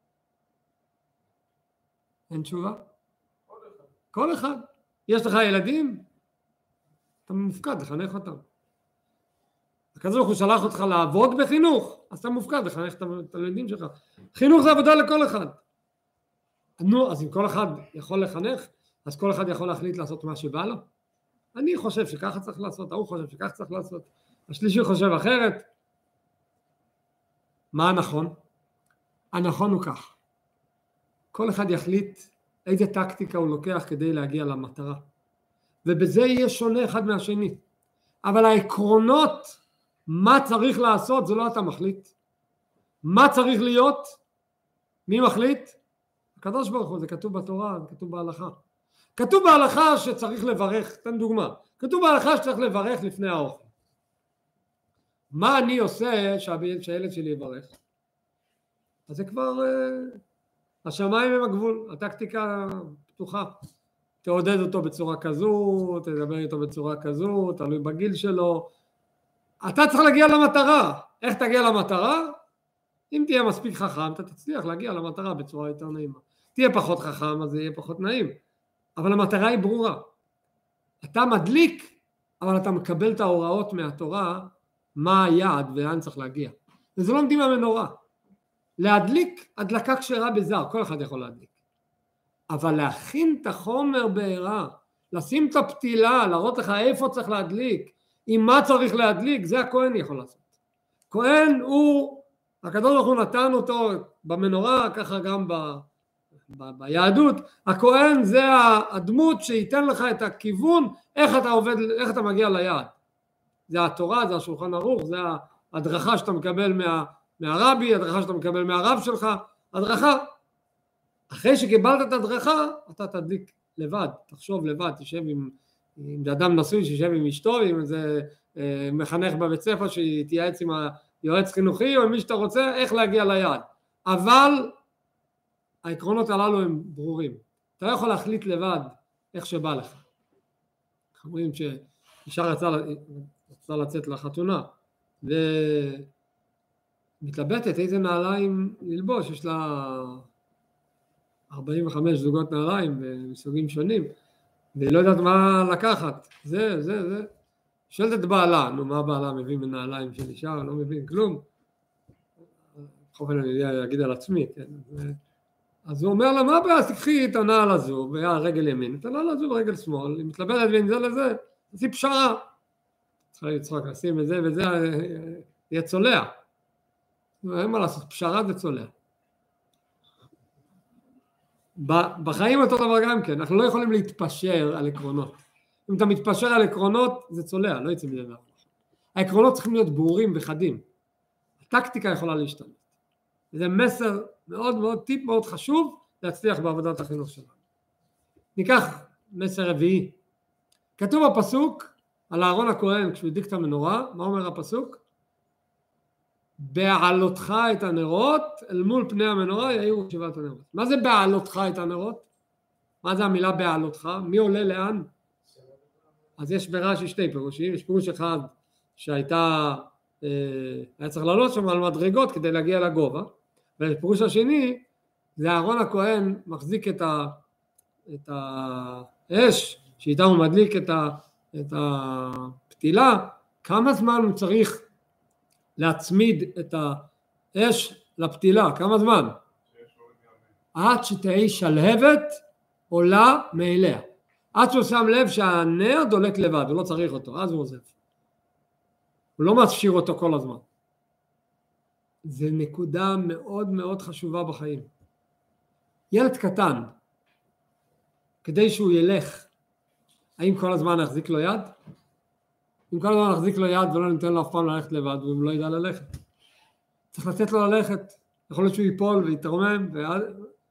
אין תשובה? כל אחד. כל אחד. יש לך ילדים? אתה מופקד לחנך אותם. הקדוש ברוך הוא שלח אותך לעבוד בחינוך, אז אתה מופקד לחנך את הילדים שלך. חינוך זה עבודה לכל אחד. נו, אז אם כל אחד יכול לחנך, אז כל אחד יכול להחליט לעשות מה שבא לו. אני חושב שככה צריך לעשות, ההוא חושב שככה צריך לעשות, השלישי חושב אחרת. מה נכון? הנכון הוא כך, כל אחד יחליט איזה טקטיקה הוא לוקח כדי להגיע למטרה, ובזה יהיה שונה אחד מהשני, אבל העקרונות, מה צריך לעשות, זה לא אתה מחליט. מה צריך להיות? מי מחליט? הקדוש ברוך הוא, זה כתוב בתורה, זה כתוב בהלכה. כתוב בהלכה שצריך לברך, תן דוגמה, כתוב בהלכה שצריך לברך לפני האוכל. מה אני עושה שהילד שלי יברך? אז זה כבר, השמיים הם הגבול, הטקטיקה פתוחה. תעודד אותו בצורה כזו, תדבר איתו בצורה כזו, תלוי בגיל שלו. אתה צריך להגיע למטרה. איך תגיע למטרה? אם תהיה מספיק חכם, אתה תצליח להגיע למטרה בצורה יותר נעימה. תהיה פחות חכם, אז זה יהיה פחות נעים. אבל המטרה היא ברורה. אתה מדליק, אבל אתה מקבל את ההוראות מהתורה, מה היעד ולאן צריך להגיע. וזה לא עומדים מהמנורה. להדליק הדלקה כשרה בזר, כל אחד יכול להדליק. אבל להכין את החומר בעירה, לשים את הפתילה, להראות לך איפה צריך להדליק, עם מה צריך להדליק, זה הכהן יכול לעשות. כהן הוא, הקדוש ברוך הוא נתן אותו במנורה, ככה גם ב, ב, ביהדות, הכהן זה הדמות שייתן לך את הכיוון, איך אתה עובד, איך אתה מגיע ליעד. זה התורה, זה השולחן ערוך, זה ההדרכה שאתה מקבל מה, מהרבי, הדרכה שאתה מקבל מהרב שלך, הדרכה. אחרי שקיבלת את הדרכה, אתה תדליק לבד, תחשוב לבד, תשב עם, עם אדם נשוי, שישב עם אשתו, עם איזה אה, מחנך בבית ספר, שיתייעץ עם היועץ חינוכי, או עם מי שאתה רוצה, איך להגיע ליעד. אבל העקרונות הללו הם ברורים. אתה לא יכול להחליט לבד איך שבא לך. אומרים שאישה רצה, רצה לצאת לחתונה, ומתלבטת איזה נעליים ללבוש, יש לה ארבעים וחמש זוגות נעליים בסוגים שונים, והיא לא יודעת מה לקחת, זה, זה, זה. שואלת את בעלה, נו מה בעלה מבין מנעליים של אישה, לא מבין כלום. בכל אני אגיד על עצמי, כן. אז הוא אומר לה, מה הבעיה, תקחי את הנעל הזו, והרגל ימין, את הנעל הזו ברגל שמאל, היא מתלבטת בין זה לזה, זה פשרה. צריכה לצחוק, לשים את זה וזה, יהיה צולע. אין מה לעשות, פשרה זה צולע. בחיים אותו דבר גם כן, אנחנו לא יכולים להתפשר על עקרונות. אם אתה מתפשר על עקרונות, זה צולע, לא יצא מזה דבר. העקרונות צריכים להיות ברורים וחדים. הטקטיקה יכולה להשתנות. זה מסר מאוד מאוד, טיפ מאוד חשוב להצליח בעבודת החינוך שלנו. ניקח מסר רביעי. כתוב בפסוק על אהרון הכהן כשהוא הדליק את המנורה, מה אומר הפסוק? בעלותך את הנרות אל מול פני המנורה יאירו שבעת הנרות. מה זה בעלותך את הנרות? מה זה המילה בעלותך? מי עולה לאן? אז יש ברש"י שתי פירושים, יש פירוש אחד שהייתה, אה, היה צריך לעלות שם על מדרגות כדי להגיע לגובה, והפירוש השני זה אהרון הכהן מחזיק את, ה, את האש שאיתה הוא מדליק את, ה, את הפתילה, כמה זמן הוא צריך להצמיד את האש לפתילה, כמה זמן? עד שתהי שלהבת עולה מאליה, עד שהוא שם לב שהנר דולק לבד, הוא לא צריך אותו, אז הוא עוזב, הוא לא משאיר אותו כל הזמן. זה נקודה מאוד מאוד חשובה בחיים. ילד קטן, כדי שהוא ילך, האם כל הזמן נחזיק לו יד? אם כל הזמן נחזיק לו יד ולא ניתן לו אף פעם ללכת לבד, והוא לא ידע ללכת. צריך לתת לו ללכת, יכול להיות שהוא ייפול ויתרומם, ואז...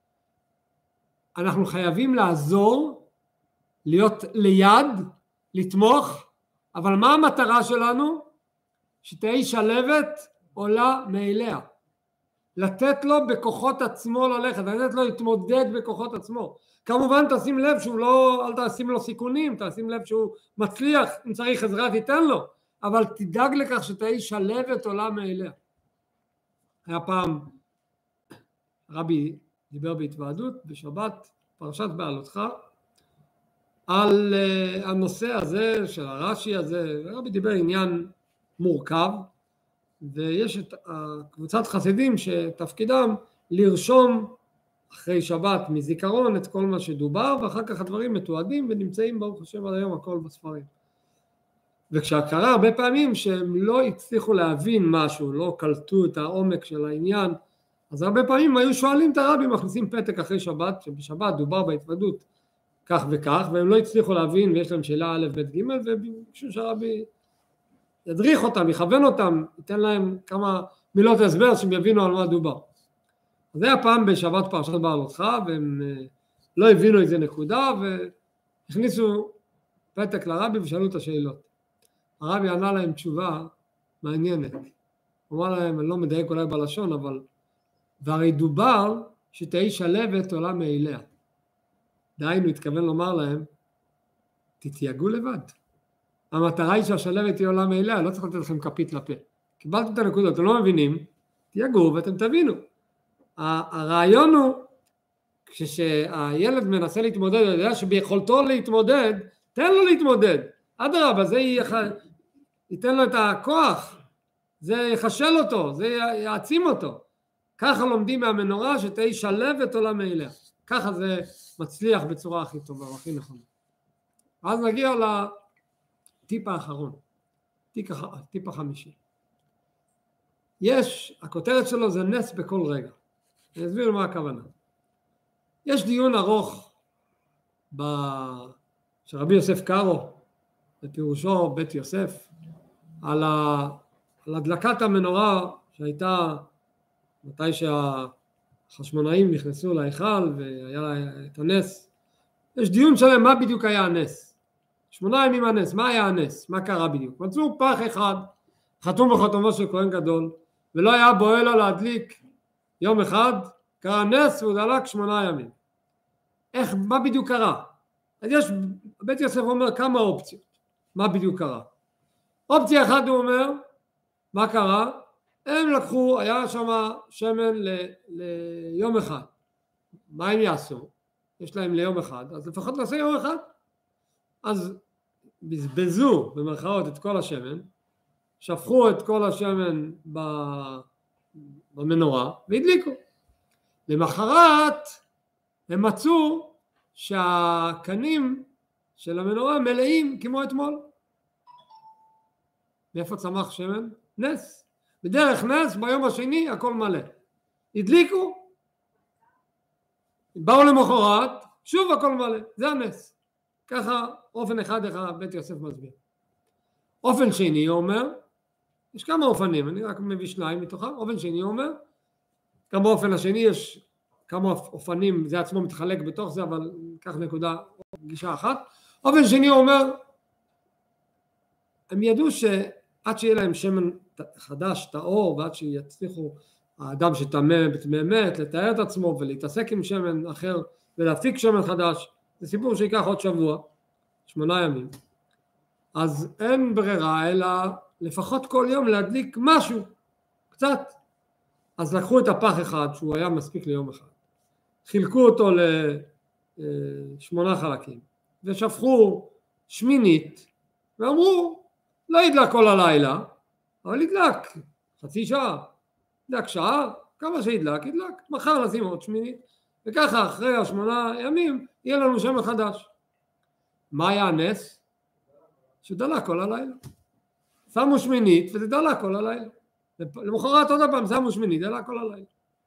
אנחנו חייבים לעזור, להיות ליד, לתמוך, אבל מה המטרה שלנו? שתהי שלהבת עולה מאליה. לתת לו בכוחות עצמו ללכת, לתת לו להתמודד בכוחות עצמו. כמובן תשים לב שהוא לא, אל תשים לו סיכונים, תשים לב שהוא מצליח, אם צריך עזרה תיתן לו, אבל תדאג לכך שתהי שלהבת עולה מאליה. היה פעם, רבי דיבר בהתוועדות בשבת, פרשת בעלותך, על uh, הנושא הזה של הרש"י הזה, רבי דיבר עניין מורכב, ויש את קבוצת חסידים שתפקידם לרשום אחרי שבת מזיכרון את כל מה שדובר, ואחר כך הדברים מתועדים ונמצאים ברוך השם עד היום הכל בספרים. וכשקרה הרבה פעמים שהם לא הצליחו להבין משהו, לא קלטו את העומק של העניין, אז הרבה פעמים היו שואלים את הרבי, מכניסים פתק אחרי שבת, שבשבת דובר בהתוודות כך וכך, והם לא הצליחו להבין, ויש להם שאלה א' ב' ג', וביקשו שהרבי ידריך אותם, יכוון אותם, ייתן להם כמה מילות הסבר שהם יבינו על מה דובר. אז זה היה פעם בשבת פרשת בעלותך, והם לא הבינו איזה נקודה, והכניסו פתק לרבי ושאלו את השאלות. הרבי ענה להם תשובה מעניינת. הוא אמר להם, אני לא מדייק אולי בלשון, אבל והרי דובר שתהי שלבת עולה מאליה. דהיינו התכוון לומר להם, תתייגעו לבד. המטרה היא שהשלבת תהיה עולה מאליה, לא צריך לתת לכם כפית לפה. קיבלתם את הנקודות, אתם לא מבינים, תייגעו ואתם תבינו. הרעיון הוא, כשהילד מנסה להתמודד, הוא יודע שביכולתו להתמודד, תן לו להתמודד. אדרבה, זה ייתן לו את הכוח, זה יחשל אותו, זה יעצים אותו. ככה לומדים מהמנורה שתהי שלבת עולה מאליה. ככה זה מצליח בצורה הכי טובה, הכי נכונה. אז נגיע לטיפ האחרון, טיפ החמישי. יש, הכותרת שלו זה נס בכל רגע. אני אסביר מה הכוונה. יש דיון ארוך ב... של רבי יוסף קארו, בפירושו בית יוסף, על, ה... על הדלקת המנורה שהייתה מתי שהחשמונאים נכנסו להיכל והיה לה את הנס. יש דיון שלם מה בדיוק היה הנס. שמונה ימים הנס, מה היה הנס? מה קרה בדיוק? מצאו פח אחד, חתום בחותמו של כהן גדול, ולא היה בועל לו להדליק יום אחד, קרה נס והוא דלק שמונה ימים. איך, מה בדיוק קרה? אז יש, בית יוסף אומר כמה אופציות, מה בדיוק קרה. אופציה אחת הוא אומר, מה קרה? הם לקחו, היה שם שמן ל, ליום אחד. מה הם יעשו? יש להם ליום אחד, אז לפחות נעשה יום אחד. אז בזבזו במרכאות את כל השמן, שפכו את כל השמן במנורה והדליקו. למחרת הם מצאו שהקנים של המנורה מלאים כמו אתמול. מאיפה צמח שמן? נס. בדרך נס ביום השני הכל מלא. הדליקו, באו למחרת, שוב הכל מלא. זה הנס. ככה אופן אחד איך בית יוסף מסביר. אופן שני אומר, יש כמה אופנים, אני רק מביא שניים מתוכם. אופן שני אומר, גם באופן השני יש כמה אופנים, זה עצמו מתחלק בתוך זה, אבל כך נקודה, גישה אחת. אופן שני אומר, הם ידעו שעד שיהיה להם שמן חדש, טהור, ועד שיצליחו האדם שטמא בטמא מת, לתאר את עצמו ולהתעסק עם שמן אחר ולהפיק שמן חדש, זה סיפור שיקח עוד שבוע, שמונה ימים. אז אין ברירה אלא לפחות כל יום להדליק משהו, קצת. אז לקחו את הפח אחד שהוא היה מספיק ליום אחד, חילקו אותו לשמונה חלקים ושפכו שמינית ואמרו לא ידלק כל הלילה, אבל ידלק חצי שעה, ידלק שעה, כמה שידלק, ידלק, מחר נשים עוד שמינית, וככה אחרי השמונה ימים יהיה לנו שמן חדש. מה היה הנס? שדלק כל הלילה. שמו שמינית וזה דלק כל הלילה. למחרת עוד פעם שמו שמינית, דלק כל הלילה.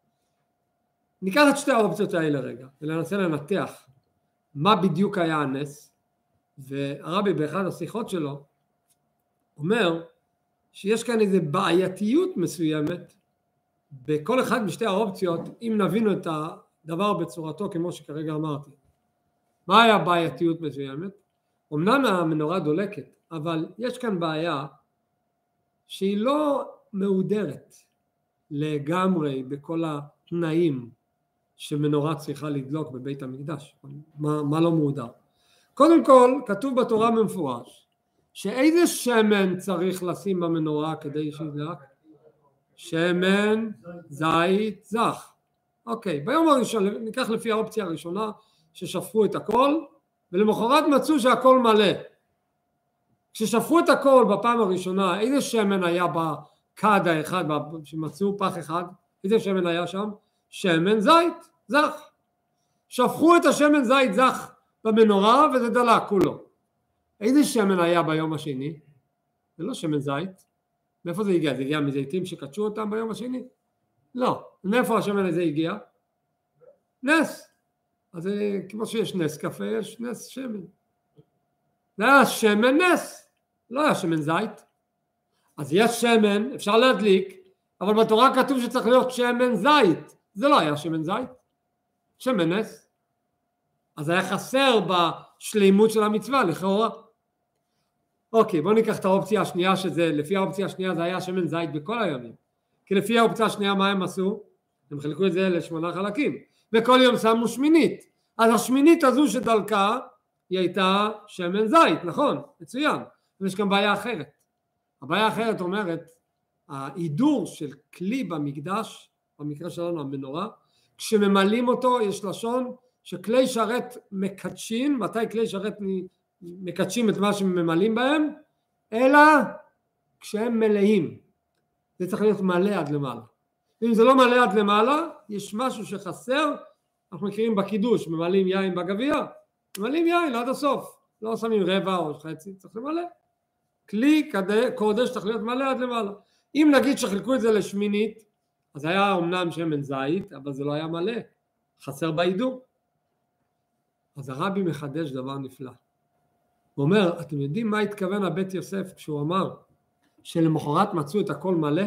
ניקח את שתי האופציות האלה רגע, ולנסה לנתח מה בדיוק היה הנס, והרבי באחד השיחות שלו אומר שיש כאן איזו בעייתיות מסוימת בכל אחד משתי האופציות, אם נבינו את הדבר בצורתו כמו שכרגע אמרתי. מה היה בעייתיות מסוימת? אמנם המנורה דולקת, אבל יש כאן בעיה שהיא לא מהודרת לגמרי בכל התנאים שמנורה צריכה לדלוק בבית המקדש. מה, מה לא מהודר? קודם כל, כתוב בתורה במפורש, שאיזה שמן צריך לשים במנורה כדי שידלק? שמן זית זך. אוקיי, ביום הראשון, ניקח לפי האופציה הראשונה, ששפכו את הכל, ולמחרת מצאו שהכל מלא. כששפכו את הכל בפעם הראשונה, איזה שמן היה בכד האחד, שמצאו פח אחד, איזה שמן היה שם? שמן זית זך. שפכו את השמן זית זך במנורה וזה דלק כולו. איזה שמן היה ביום השני? זה לא שמן זית. מאיפה זה הגיע? זה הגיע מזיתים שקדשו אותם ביום השני? לא. מאיפה השמן הזה הגיע? נס. אז כמו שיש נס קפה, יש נס שמן. זה היה שמן נס, לא היה שמן זית. אז יש שמן, אפשר להדליק, אבל בתורה כתוב שצריך להיות שמן זית. זה לא היה שמן זית, שמן נס. אז היה חסר בשלימות של המצווה, לכאורה. אוקיי, בואו ניקח את האופציה השנייה, שזה, לפי האופציה השנייה זה היה שמן זית בכל הימים. כי לפי האופציה השנייה מה הם עשו? הם חילקו את זה לשמונה חלקים. וכל יום שמו שמינית. אז השמינית הזו שדלקה, היא הייתה שמן זית, נכון? מצוין. ויש גם בעיה אחרת. הבעיה האחרת אומרת, ההידור של כלי במקדש, במקרה שלנו המנורה, כשממלאים אותו יש לשון שכלי שרת מקדשים, מתי כלי שרת מקדשים את מה שממלאים בהם? אלא כשהם מלאים. זה צריך להיות מלא עד למעלה. אם זה לא מלא עד למעלה, יש משהו שחסר, אנחנו מכירים בקידוש, ממלאים יין בגביע, ממלאים יין עד הסוף, לא שמים רבע או חצי, צריך למלא. כלי קודש צריך להיות מלא עד למעלה. אם נגיד שחילקו את זה לשמינית, אז היה אמנם שמן זית, אבל זה לא היה מלא, חסר בהידור. אז הרבי מחדש דבר נפלא. הוא אומר, אתם יודעים מה התכוון הבית יוסף כשהוא אמר שלמחרת מצאו את הכל מלא?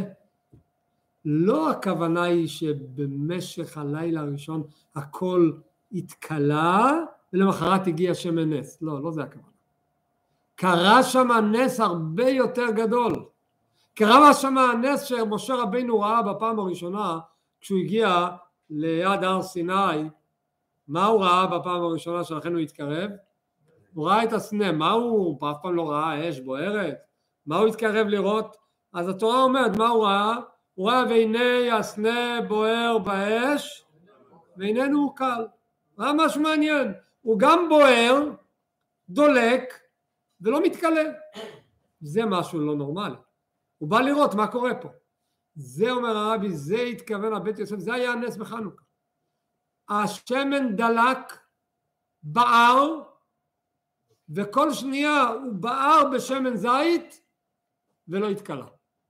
לא הכוונה היא שבמשך הלילה הראשון הכל התקלה ולמחרת הגיע שמן נס. לא, לא זה הכוונה. קרה שם נס הרבה יותר גדול. קרה שם הנס שמשה רבינו ראה בפעם הראשונה כשהוא הגיע ליד הר סיני. מה הוא ראה בפעם הראשונה שלכן הוא התקרב? הוא ראה את הסנה. מה הוא? הוא אף פעם לא ראה אש בוערת. מה הוא התקרב לראות? אז התורה אומרת מה הוא ראה? הוא ראה והנה הסנה בוער באש ואיננו הוא קל. ראה משהו מעניין. הוא גם בוער, דולק ולא מתקלה. זה משהו לא נורמלי. הוא בא לראות מה קורה פה. זה אומר הרבי, זה התכוון הבית יוסף, זה היה הנס בחנוכה. השמן דלק, בער, וכל שנייה הוא בער בשמן זית ולא התקלה.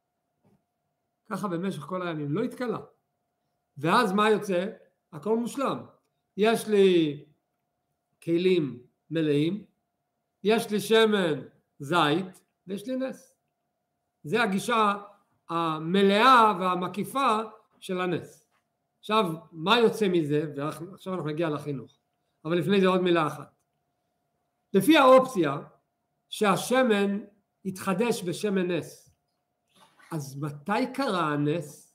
ככה במשך כל הימים, לא התקלה. ואז מה יוצא? הכל מושלם. יש לי כלים מלאים, יש לי שמן זית ויש לי נס. זה הגישה המלאה והמקיפה של הנס. עכשיו, מה יוצא מזה? ועכשיו אנחנו נגיע לחינוך. אבל לפני זה עוד מילה אחת. לפי האופציה שהשמן יתחדש בשמן נס, אז מתי קרה הנס?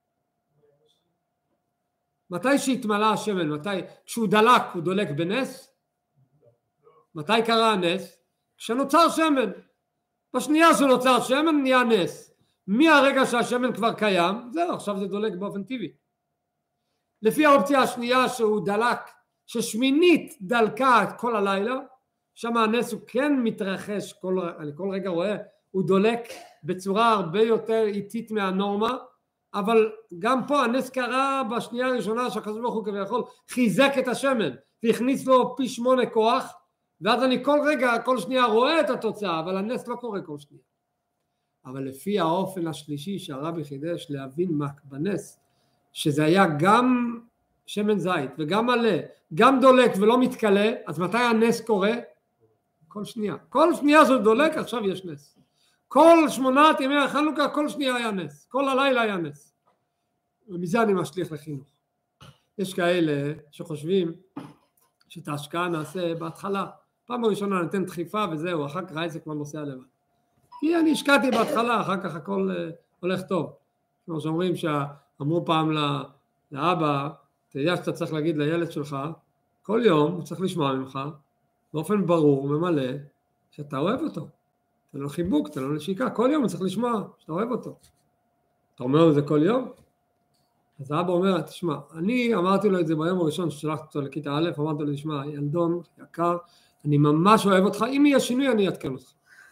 מתי שהתמלא השמן? מתי? כשהוא דלק, הוא דולק בנס? מתי קרה הנס? כשנוצר שמן. בשנייה שנוצר שמן נהיה נס. מהרגע שהשמן כבר קיים, זהו, עכשיו זה דולק באופן טבעי. לפי האופציה השנייה שהוא דלק, ששמינית דלקה את כל הלילה, שם הנס הוא כן מתרחש, כל, אני כל רגע רואה, הוא דולק בצורה הרבה יותר איטית מהנורמה, אבל גם פה הנס קרה בשנייה הראשונה שהקדוש ברוך הוא כביכול חיזק את השמן, והכניס לו פי שמונה כוח, ואז אני כל רגע, כל שנייה רואה את התוצאה, אבל הנס לא קורה כל שנייה. אבל לפי האופן השלישי שהרבי חידש להבין מה בנס, שזה היה גם שמן זית וגם מלא, גם דולק ולא מתקלה, אז מתי הנס קורה? כל שנייה. כל שנייה זה דולק, עכשיו יש נס. כל שמונת ימי החנוכה, כל שנייה היה נס. כל הלילה היה נס. ומזה אני משליך לחינוך. יש כאלה שחושבים שאת ההשקעה נעשה בהתחלה. פעם הראשונה ניתן דחיפה וזהו, אחר כך העסק כבר נוסע לבד. כי אני השקעתי בהתחלה, אחר כך הכל uh, הולך טוב. כמו שאומרים שאמרו פעם לאבא, אתה יודע שאתה צריך להגיד לילד שלך, כל יום הוא צריך לשמוע ממך, באופן ברור, ממלא, שאתה אוהב אותו. אתה לא חיבוק, אתה לא נשיקה, כל יום הוא צריך לשמוע שאתה אוהב אותו. אתה אומר את זה כל יום? אז האבא אומר, תשמע, אני אמרתי לו את זה ביום הראשון ששלחתי אותו לכיתה א', אמרתי לו, תשמע, ילדון, יקר, אני ממש אוהב אותך, אם יהיה שינוי אני אעדכן אותך.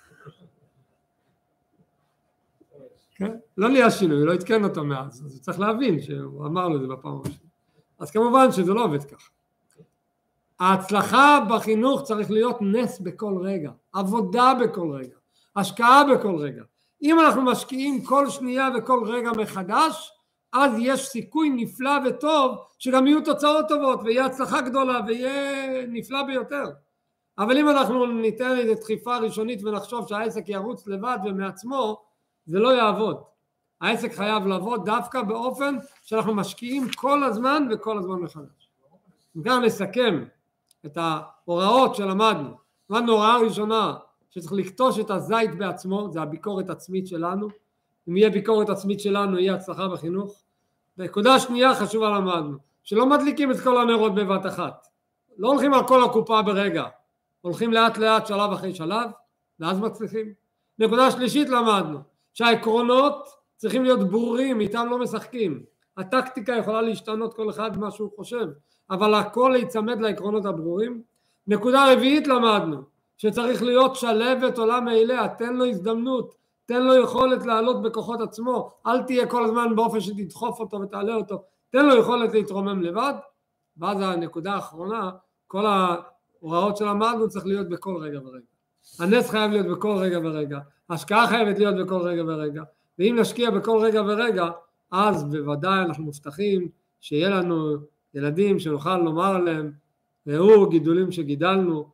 כן? לא נהיה שינוי, לא התקן אותו מאז, אז הוא צריך להבין שהוא אמר לו את זה בפעם הראשונה. אז כמובן שזה לא עובד ככה. ההצלחה בחינוך צריך להיות נס בכל רגע, עבודה בכל רגע, השקעה בכל רגע. אם אנחנו משקיעים כל שנייה וכל רגע מחדש, אז יש סיכוי נפלא וטוב שגם יהיו תוצאות טובות ויהיה הצלחה גדולה ויהיה נפלא ביותר. אבל אם אנחנו ניתן איזו דחיפה ראשונית ונחשוב שהעסק ירוץ לבד ומעצמו, זה לא יעבוד. העסק חייב לעבוד דווקא באופן שאנחנו משקיעים כל הזמן וכל הזמן מחדש. גם נסכם את ההוראות שלמדנו. למדנו הוראה ראשונה שצריך לקטוש את הזית בעצמו, זה הביקורת עצמית שלנו. אם יהיה ביקורת עצמית שלנו, יהיה הצלחה בחינוך. נקודה שנייה חשובה למדנו, שלא מדליקים את כל הנרות בבת אחת. לא הולכים על כל הקופה ברגע, הולכים לאט לאט שלב אחרי שלב, ואז מצליחים. נקודה שלישית למדנו, שהעקרונות צריכים להיות ברורים, איתם לא משחקים. הטקטיקה יכולה להשתנות כל אחד מה שהוא חושב, אבל הכל להיצמד לעקרונות הברורים. נקודה רביעית למדנו, שצריך להיות שלבת עולם מאליה, תן לו הזדמנות, תן לו יכולת לעלות בכוחות עצמו, אל תהיה כל הזמן באופן שתדחוף אותו ותעלה אותו, תן לו יכולת להתרומם לבד. ואז הנקודה האחרונה, כל ההוראות שלמדנו צריך להיות בכל רגע ורגע. הנס חייב להיות בכל רגע ורגע, השקעה חייבת להיות בכל רגע ורגע, ואם נשקיע בכל רגע ורגע, אז בוודאי אנחנו מובטחים שיהיה לנו ילדים שנוכל לומר עליהם, ראו גידולים שגידלנו,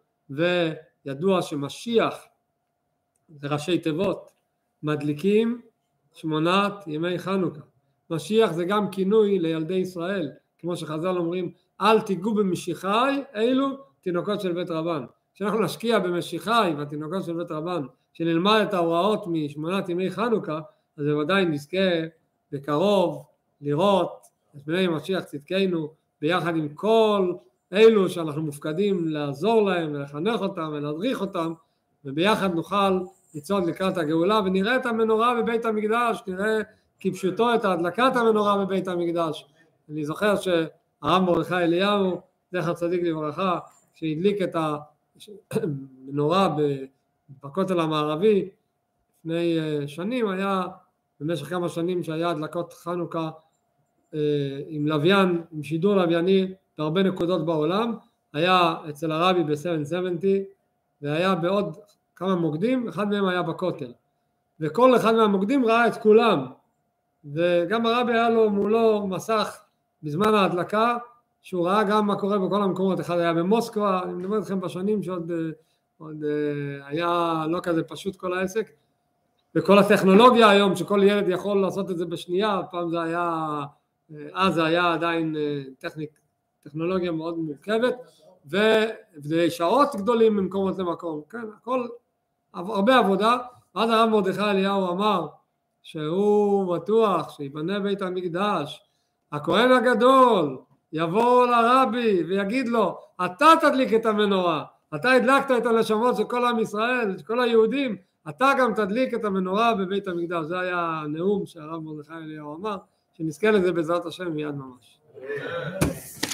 וידוע שמשיח, זה ראשי תיבות, מדליקים שמונת ימי חנוכה. משיח זה גם כינוי לילדי ישראל, כמו שחז"ל אומרים, אל תיגעו במשיחי, אלו תינוקות של בית רבן. כשאנחנו נשקיע במשיחי והתינוקות של בית רבן, שנלמד את ההוראות משמונת ימי חנוכה, אז בוודאי נזכה בקרוב לראות את בני משיח צדקנו, ביחד עם כל אלו שאנחנו מופקדים לעזור להם ולחנך אותם ולהדריך אותם, וביחד נוכל לצעוד לקראת הגאולה, ונראה את המנורה בבית המקדש, נראה כפשוטו את הדלקת המנורה בבית המקדש. אני זוכר שהרב מרדכי אליהו, זכר צדיק לברכה, שהדליק את המנורה בכותל המערבי לפני שנים, היה במשך כמה שנים שהיה הדלקות חנוכה עם לוויין, עם שידור לווייני בהרבה נקודות בעולם, היה אצל הרבי ב-שבע שבעים והיה בעוד כמה מוקדים, אחד מהם היה בכותל, וכל אחד מהמוקדים ראה את כולם, וגם הרבי היה לו מולו מסך בזמן ההדלקה, שהוא ראה גם מה קורה בכל המקומות. אחד היה במוסקבה, אני מדבר אתכם בשנים שעוד עוד, היה לא כזה פשוט כל העסק, וכל הטכנולוגיה היום שכל ילד יכול לעשות את זה בשנייה, פעם זה היה, אז זה היה עדיין טכניק, טכנולוגיה מאוד מורכבת, ושעות גדולים ממקומות למקום, כן, הכל, הרבה עבודה. אז הרב מרדכי אליהו אמר שהוא בטוח שיבנה בית המקדש, הכהן הגדול יבוא לרבי ויגיד לו, אתה תדליק את המנורה, אתה הדלקת את הנשמות של כל עם ישראל, של כל היהודים, אתה גם תדליק את המנורה בבית המקדש. זה היה הנאום שהרב מרדכי אליהו אמר, שנזכה לזה בעזרת השם מיד ממש.